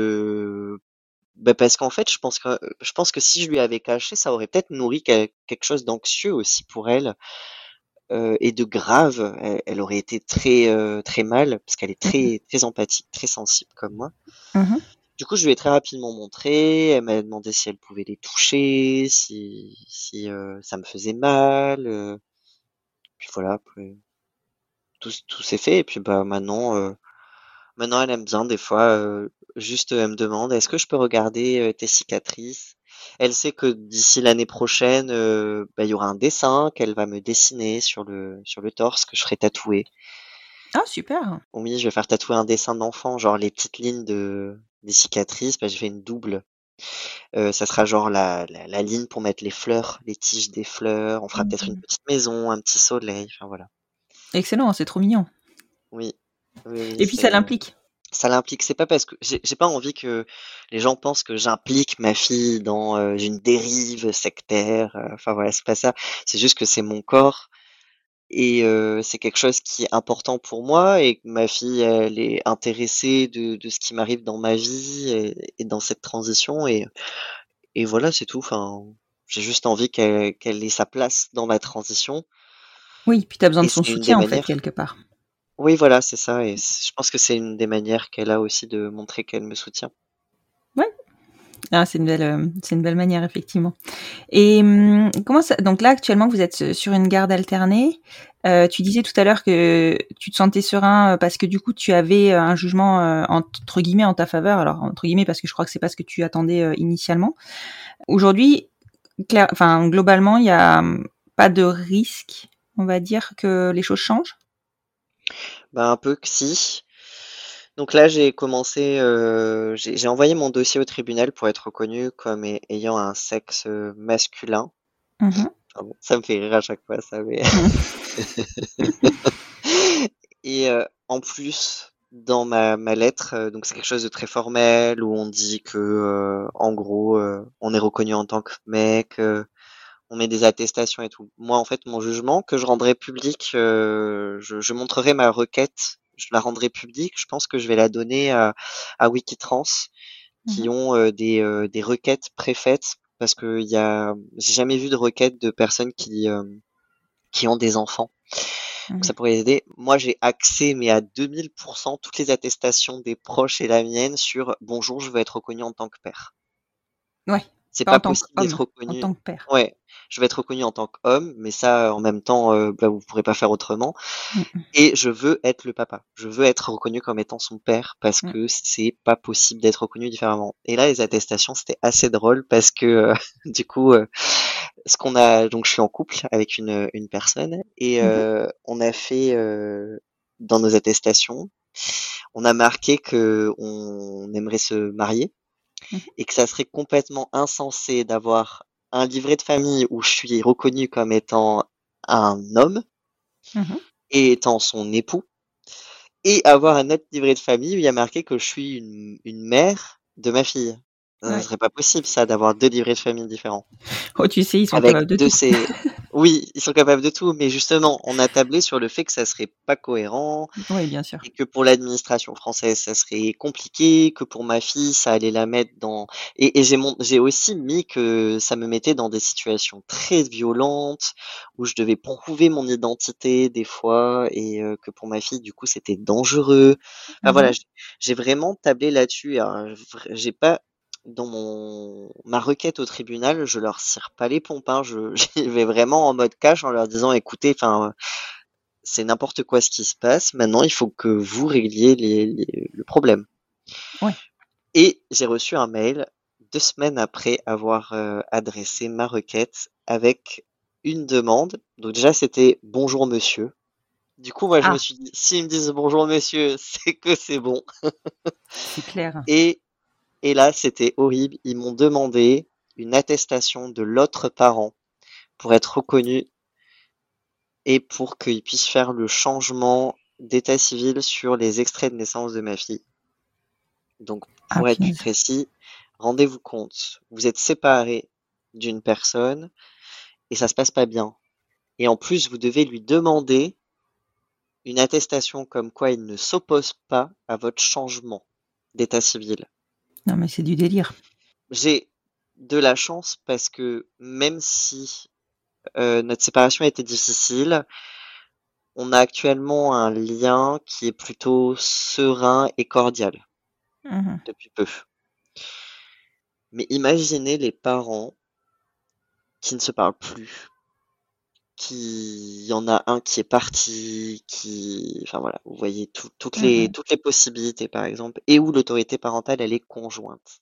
parce qu'en fait, je pense que si je lui avais caché, ça aurait peut-être nourri quelque chose d'anxieux aussi pour elle, et de grave. Elle aurait été très mal parce qu'elle est Mmh. très très empathique, très sensible comme moi. Mmh. Du coup, je lui ai très rapidement montré. Elle m'a demandé si elle pouvait les toucher, si ça me faisait mal, puis voilà, après tout s'est fait et puis, bah, maintenant elle aime bien des fois, juste, elle me demande: «Est-ce que je peux regarder, tes cicatrices?» Elle sait que d'ici l'année prochaine, bah, il y aura un dessin qu'elle va me dessiner sur le torse que je ferai tatouer. Ah super! Oui, je vais faire tatouer un dessin d'enfant, genre les petites lignes des cicatrices, bah, j'ai fait une double. Ça sera genre la ligne pour mettre les fleurs, les tiges des fleurs. On fera peut-être une Mmh. petite maison, un petit soleil, enfin voilà. Excellent, c'est trop mignon Oui, oui, oui, et puis ça l'implique. ça l'implique. C'est pas parce que j'ai pas envie que les gens pensent que j'implique ma fille dans, une dérive sectaire, enfin voilà, c'est pas ça. C'est juste que c'est mon corps et c'est quelque chose qui est important pour moi et que ma fille, elle est intéressée de ce qui m'arrive dans ma vie et dans cette transition et voilà, c'est tout. Enfin, j'ai juste envie qu'elle ait sa place dans ma transition Oui, puis tu as besoin et de son c'est une des soutien en fait manières. quelque part. Oui, voilà, c'est ça et je pense que c'est une des manières qu'elle a aussi de montrer qu'elle me soutient. Ouais. Ah c'est une belle manière effectivement et comment ça donc là actuellement vous êtes, sur une garde alternée. Tu disais tout à l'heure que tu te sentais serein, parce que du coup tu avais, un jugement, entre guillemets «en ta faveur». Alors entre guillemets parce que je crois que c'est pas ce que tu attendais, initialement. Aujourd'hui, globalement, il y a, pas de risque, on va dire, que les choses changent? Bah, un peu que si. Donc là, j'ai envoyé mon dossier au tribunal pour être reconnu comme ayant un sexe masculin. Mmh. Pardon, ça me fait rire à chaque fois, ça, mais et en plus, dans ma lettre, donc c'est quelque chose de très formel où on dit que, en gros, on est reconnu en tant que mec, on met des attestations et tout. Moi, en fait, mon jugement que je rendrai public, je montrerai ma requête, je la rendrai publique. Je pense que je vais la donner à Wikitrans qui Mmh. ont, des requêtes préfaites parce que j'ai jamais vu de requête de personnes qui ont des enfants. Donc Mmh. ça pourrait aider. Moi, j'ai accès, mais à 2000%, toutes les attestations des proches et la mienne sur bonjour, je veux être reconnu en tant que père. Ouais, C'est pas en pas tant possible d'être qu'homme, en reconnu. tant que père. Ouais, je vais être reconnu en tant qu'homme, mais ça, en même temps, bah, vous pourrez pas faire autrement. Mmh mh. Et je veux être le papa. Je veux être reconnu comme étant son père parce Mmh. que c'est pas possible d'être reconnu différemment. Et là, les attestations, c'était assez drôle parce que du coup, donc je suis en couple avec une personne et Mmh. on a fait dans nos attestations, on a marqué que on aimerait se marier Mmh. et que ça serait complètement insensé d'avoir un livret de famille où je suis reconnu comme étant un homme Mhm. et étant son époux, et avoir un autre livret de famille où il y a marqué que je suis une mère de ma fille. Ça Ouais. serait pas possible, ça, d'avoir 2 livrets de famille différents. Oh, tu sais, ils sont Avec capables de de tout. ces Oui, ils sont capables de tout, mais justement, on a tablé sur le fait que ça serait pas cohérent Oui, bien sûr. et que pour l'administration française, ça serait compliqué, que pour ma fille, ça allait la mettre dans et j'ai aussi mis que ça me mettait dans des situations très violentes, où je devais prouver mon identité des fois et que pour ma fille, du coup, c'était dangereux. Enfin voilà, Mhm. j'ai vraiment tablé là-dessus. Alors, j'ai pas dans ma requête au tribunal, je leur cire pas les pompes, hein. J'y vais vraiment en mode cash en leur disant, écoutez, enfin, c'est n'importe quoi ce qui se passe. Maintenant, il faut que vous régliez le problème. Ouais. Et j'ai reçu un mail 2 semaines après avoir adressé ma requête avec une demande. Donc déjà, c'était bonjour monsieur. Du coup, moi, je me Ah, suis dit, s'ils me disent bonjour monsieur, c'est que c'est bon. c'est clair. Et, et là, c'était horrible. Ils m'ont demandé une attestation de l'autre parent pour être reconnu et pour qu'ils puissent faire le changement d'état civil sur les extraits de naissance de ma fille. Donc, Ah, pour être plus punaise. précis, rendez-vous compte, vous êtes séparés d'une personne et ça se passe pas bien. Et en plus, vous devez lui demander une attestation comme quoi il ne s'oppose pas à votre changement d'état civil. Non, mais c'est du délire. J'ai de la chance parce que même si notre séparation a été difficile, on a actuellement un lien qui est plutôt serein et cordial Mhm. depuis peu. Mais imaginez les parents qui ne se parlent plus, il y en a un qui est parti, enfin voilà, vous voyez Mhm. toutes les possibilités par exemple, et où l'autorité parentale elle est conjointe.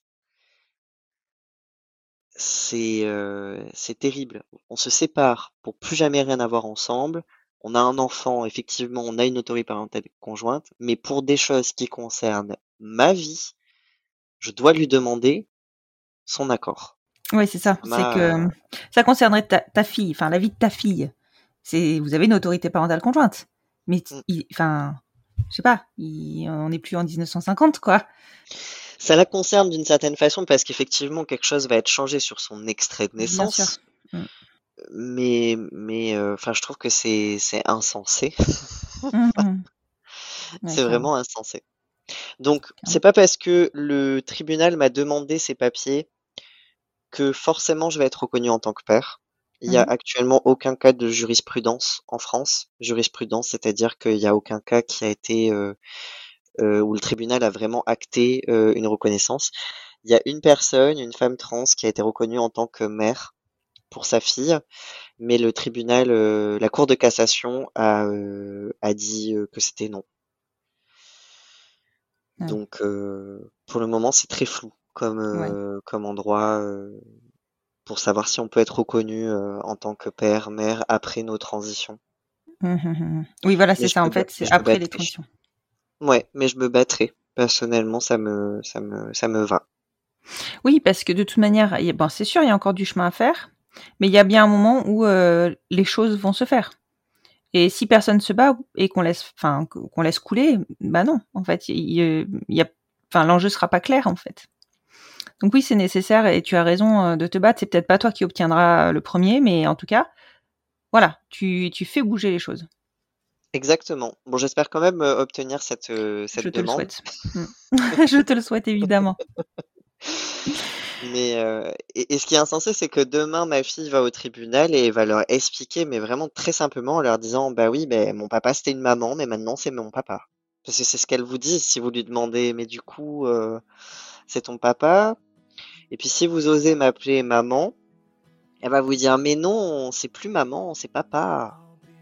C'est terrible. On se sépare pour plus jamais rien avoir ensemble. On a un enfant, effectivement, on a une autorité parentale conjointe, mais pour des choses qui concernent ma vie, je dois lui demander son accord. Oui, c'est Ça ça. C'est que m'a ça concernerait ta fille, enfin la vie de ta fille. Vous avez une autorité parentale conjointe. Mais Mmh. enfin, je sais pas, on n'est plus en 1950, quoi. Ça la concerne d'une certaine façon parce qu'effectivement quelque chose va être changé sur son extrait de Bien sûr. naissance, mais enfin je trouve que c'est insensé. Mhm. Ouais, C'est clairement, vraiment insensé. Donc c'est clairement. pas parce que le tribunal m'a demandé ces papiers que forcément je vais être reconnu en tant que père. Il y a Mhm. actuellement aucun cas de jurisprudence en France. Jurisprudence, c'est-à-dire qu'il y a aucun cas qui a été où le tribunal a vraiment acté une reconnaissance. Il y a une personne, une femme trans, qui a été reconnue en tant que mère pour sa fille, mais le tribunal, la Cour de cassation a dit que c'était non. Ouais. Donc, pour le moment, c'est très flou Ouais. comme endroit pour savoir si on peut être reconnu en tant que père, mère après nos transitions. Mhm. Oui, voilà, Mais c'est ça. En fait, mais c'est je me après les battrai. transitions. Ouais, mais je me battrai. Personnellement, ça me va. Oui, parce que de toute manière, bon, c'est sûr, il y a encore du chemin à faire, mais il y a bien un moment où les choses vont se faire. Et si personne se bat et qu'on laisse couler, bah non, en fait, l'enjeu sera pas clair, en fait. Donc oui, c'est nécessaire et tu as raison de te battre. C'est peut-être pas toi qui obtiendras le premier, mais en tout cas, voilà, tu fais bouger les choses. Exactement. Bon, j'espère quand même obtenir Je cette te le demande. souhaite. Je te le souhaite évidemment. Mais et ce qui est insensé, c'est que demain, ma fille va au tribunal et va leur expliquer, mais vraiment très simplement, en leur disant, bah oui, ben mon papa c'était une maman, mais maintenant c'est mon papa. Parce que c'est ce qu'elle vous dit si vous lui demandez, mais du coup, c'est ton papa. Et puis si vous osez m'appeler maman, elle va vous dire, mais non, c'est plus maman, c'est papa.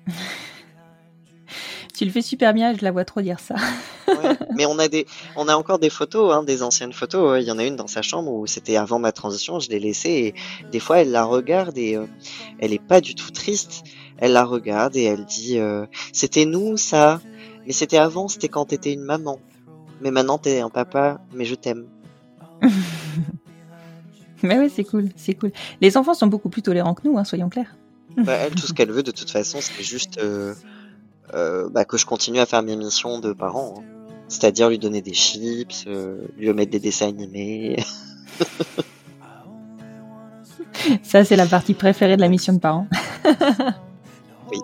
Tu le fais super bien, je la vois trop dire ça. Ouais, mais on a encore des photos, hein, des anciennes photos. Il y en a une dans sa chambre où c'était avant ma transition, je l'ai laissée et des fois elle la regarde et elle est pas du tout triste. Elle la regarde et elle dit c'était nous ça, mais c'était avant, c'était quand t'étais une maman. Mais maintenant t'es un papa, mais je t'aime. Mais ouais, c'est cool. Les enfants sont beaucoup plus tolérants que nous, soyons clairs. Elle, tout ce qu'elle veut, de toute façon, c'est juste que je continue à faire mes missions de parent. C'est-à-dire lui donner des chips, lui mettre des dessins animés. Ça, c'est la partie préférée de la mission de parent. Oui.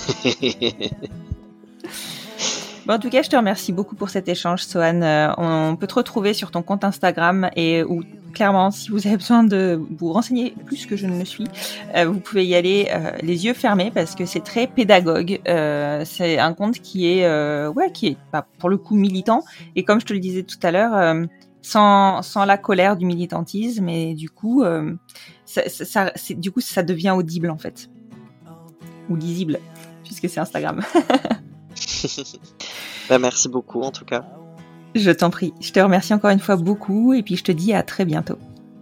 Bon, en tout cas, je te remercie beaucoup pour cet échange, Sohan. On peut te retrouver sur ton compte Instagram où clairement, si vous avez besoin de vous renseigner plus que je ne le suis, vous pouvez y aller les yeux fermés parce que c'est très pédagogue. C'est un compte qui est pour le coup militant et comme je te le disais tout à l'heure, sans la colère du militantisme et du coup, ça devient audible en fait ou lisible puisque c'est Instagram. Merci beaucoup en tout cas. Je t'en prie. Je te remercie encore une fois beaucoup et puis je te dis à très bientôt.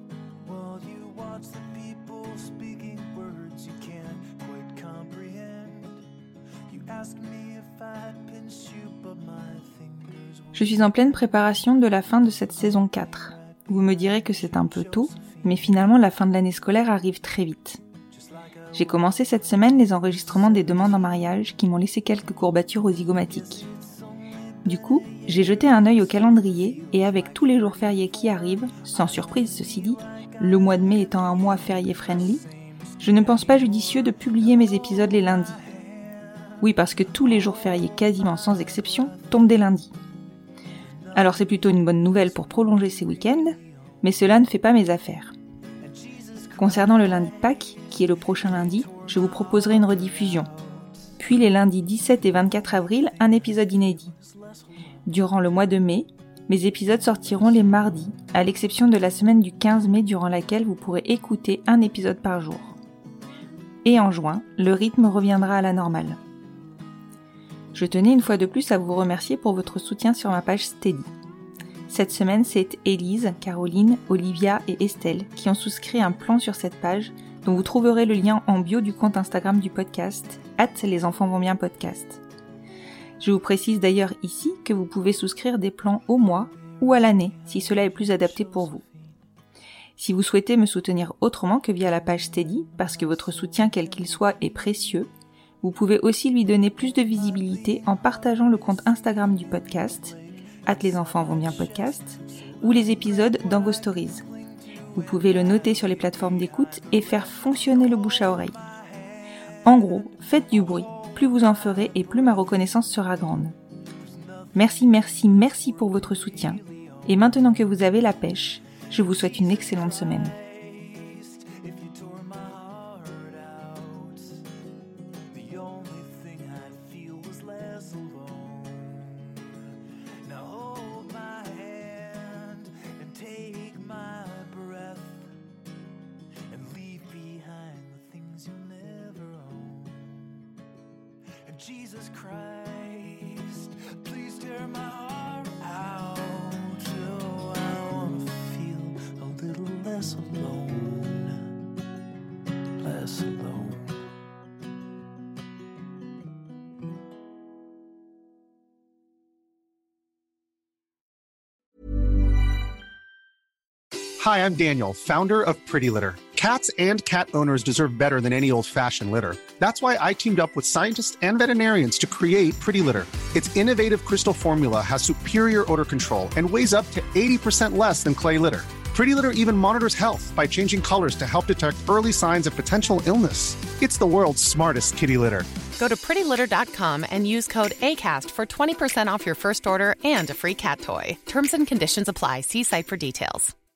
Je suis en pleine préparation de la fin de cette saison 4. Vous me direz que c'est un peu tôt, mais finalement la fin de l'année scolaire arrive très vite. J'ai commencé cette semaine les enregistrements des demandes en mariage qui m'ont laissé quelques courbatures aux zygomatiques. Du coup, j'ai jeté un œil au calendrier et avec tous les jours fériés qui arrivent, sans surprise ceci dit, le mois de mai étant un mois férié friendly, je ne pense pas judicieux de publier mes épisodes les lundis. Oui, parce que tous les jours fériés quasiment sans exception tombent des lundis. Alors c'est plutôt une bonne nouvelle pour prolonger ces week-ends, mais cela ne fait pas mes affaires. Concernant le lundi de Pâques, qui est le prochain lundi, je vous proposerai une rediffusion. Puis les lundis 17 et 24 avril, un épisode inédit. Durant le mois de mai, mes épisodes sortiront les mardis, à l'exception de la semaine du 15 mai durant laquelle vous pourrez écouter un épisode par jour. Et en juin, le rythme reviendra à la normale. Je tenais une fois de plus à vous remercier pour votre soutien sur ma page Steady. Cette semaine, c'est Élise, Caroline, Olivia et Estelle qui ont souscrit un plan sur cette page dont vous trouverez le lien en bio du compte Instagram du podcast, @lesenfantsvonbienpodcast. Je vous précise d'ailleurs ici que vous pouvez souscrire des plans au mois ou à l'année si cela est plus adapté pour vous. Si vous souhaitez me soutenir autrement que via la page Steady, parce que votre soutien quel qu'il soit est précieux, vous pouvez aussi lui donner plus de visibilité en partageant le compte Instagram du podcast, @lesenfantsvonbienpodcast, ou les épisodes dans vos stories. Vous pouvez le noter sur les plateformes d'écoute et faire fonctionner le bouche à oreille. En gros, faites du bruit, plus vous en ferez et plus ma reconnaissance sera grande. Merci pour votre soutien. Et maintenant que vous avez la pêche, je vous souhaite une excellente semaine. Jesus Christ, please tear my heart out. Oh, I wanna feel a little less alone, less alone. Hi, I'm Daniel, founder of Pretty Litter. Cats and cat owners deserve better than any old-fashioned litter. That's why I teamed up with scientists and veterinarians to create Pretty Litter. Its innovative crystal formula has superior odor control and weighs up to 80% less than clay litter. Pretty Litter even monitors health by changing colors to help detect early signs of potential illness. It's the world's smartest kitty litter. Go to prettylitter.com and use code ACAST for 20% off your first order and a free cat toy. Terms and conditions apply. See site for details.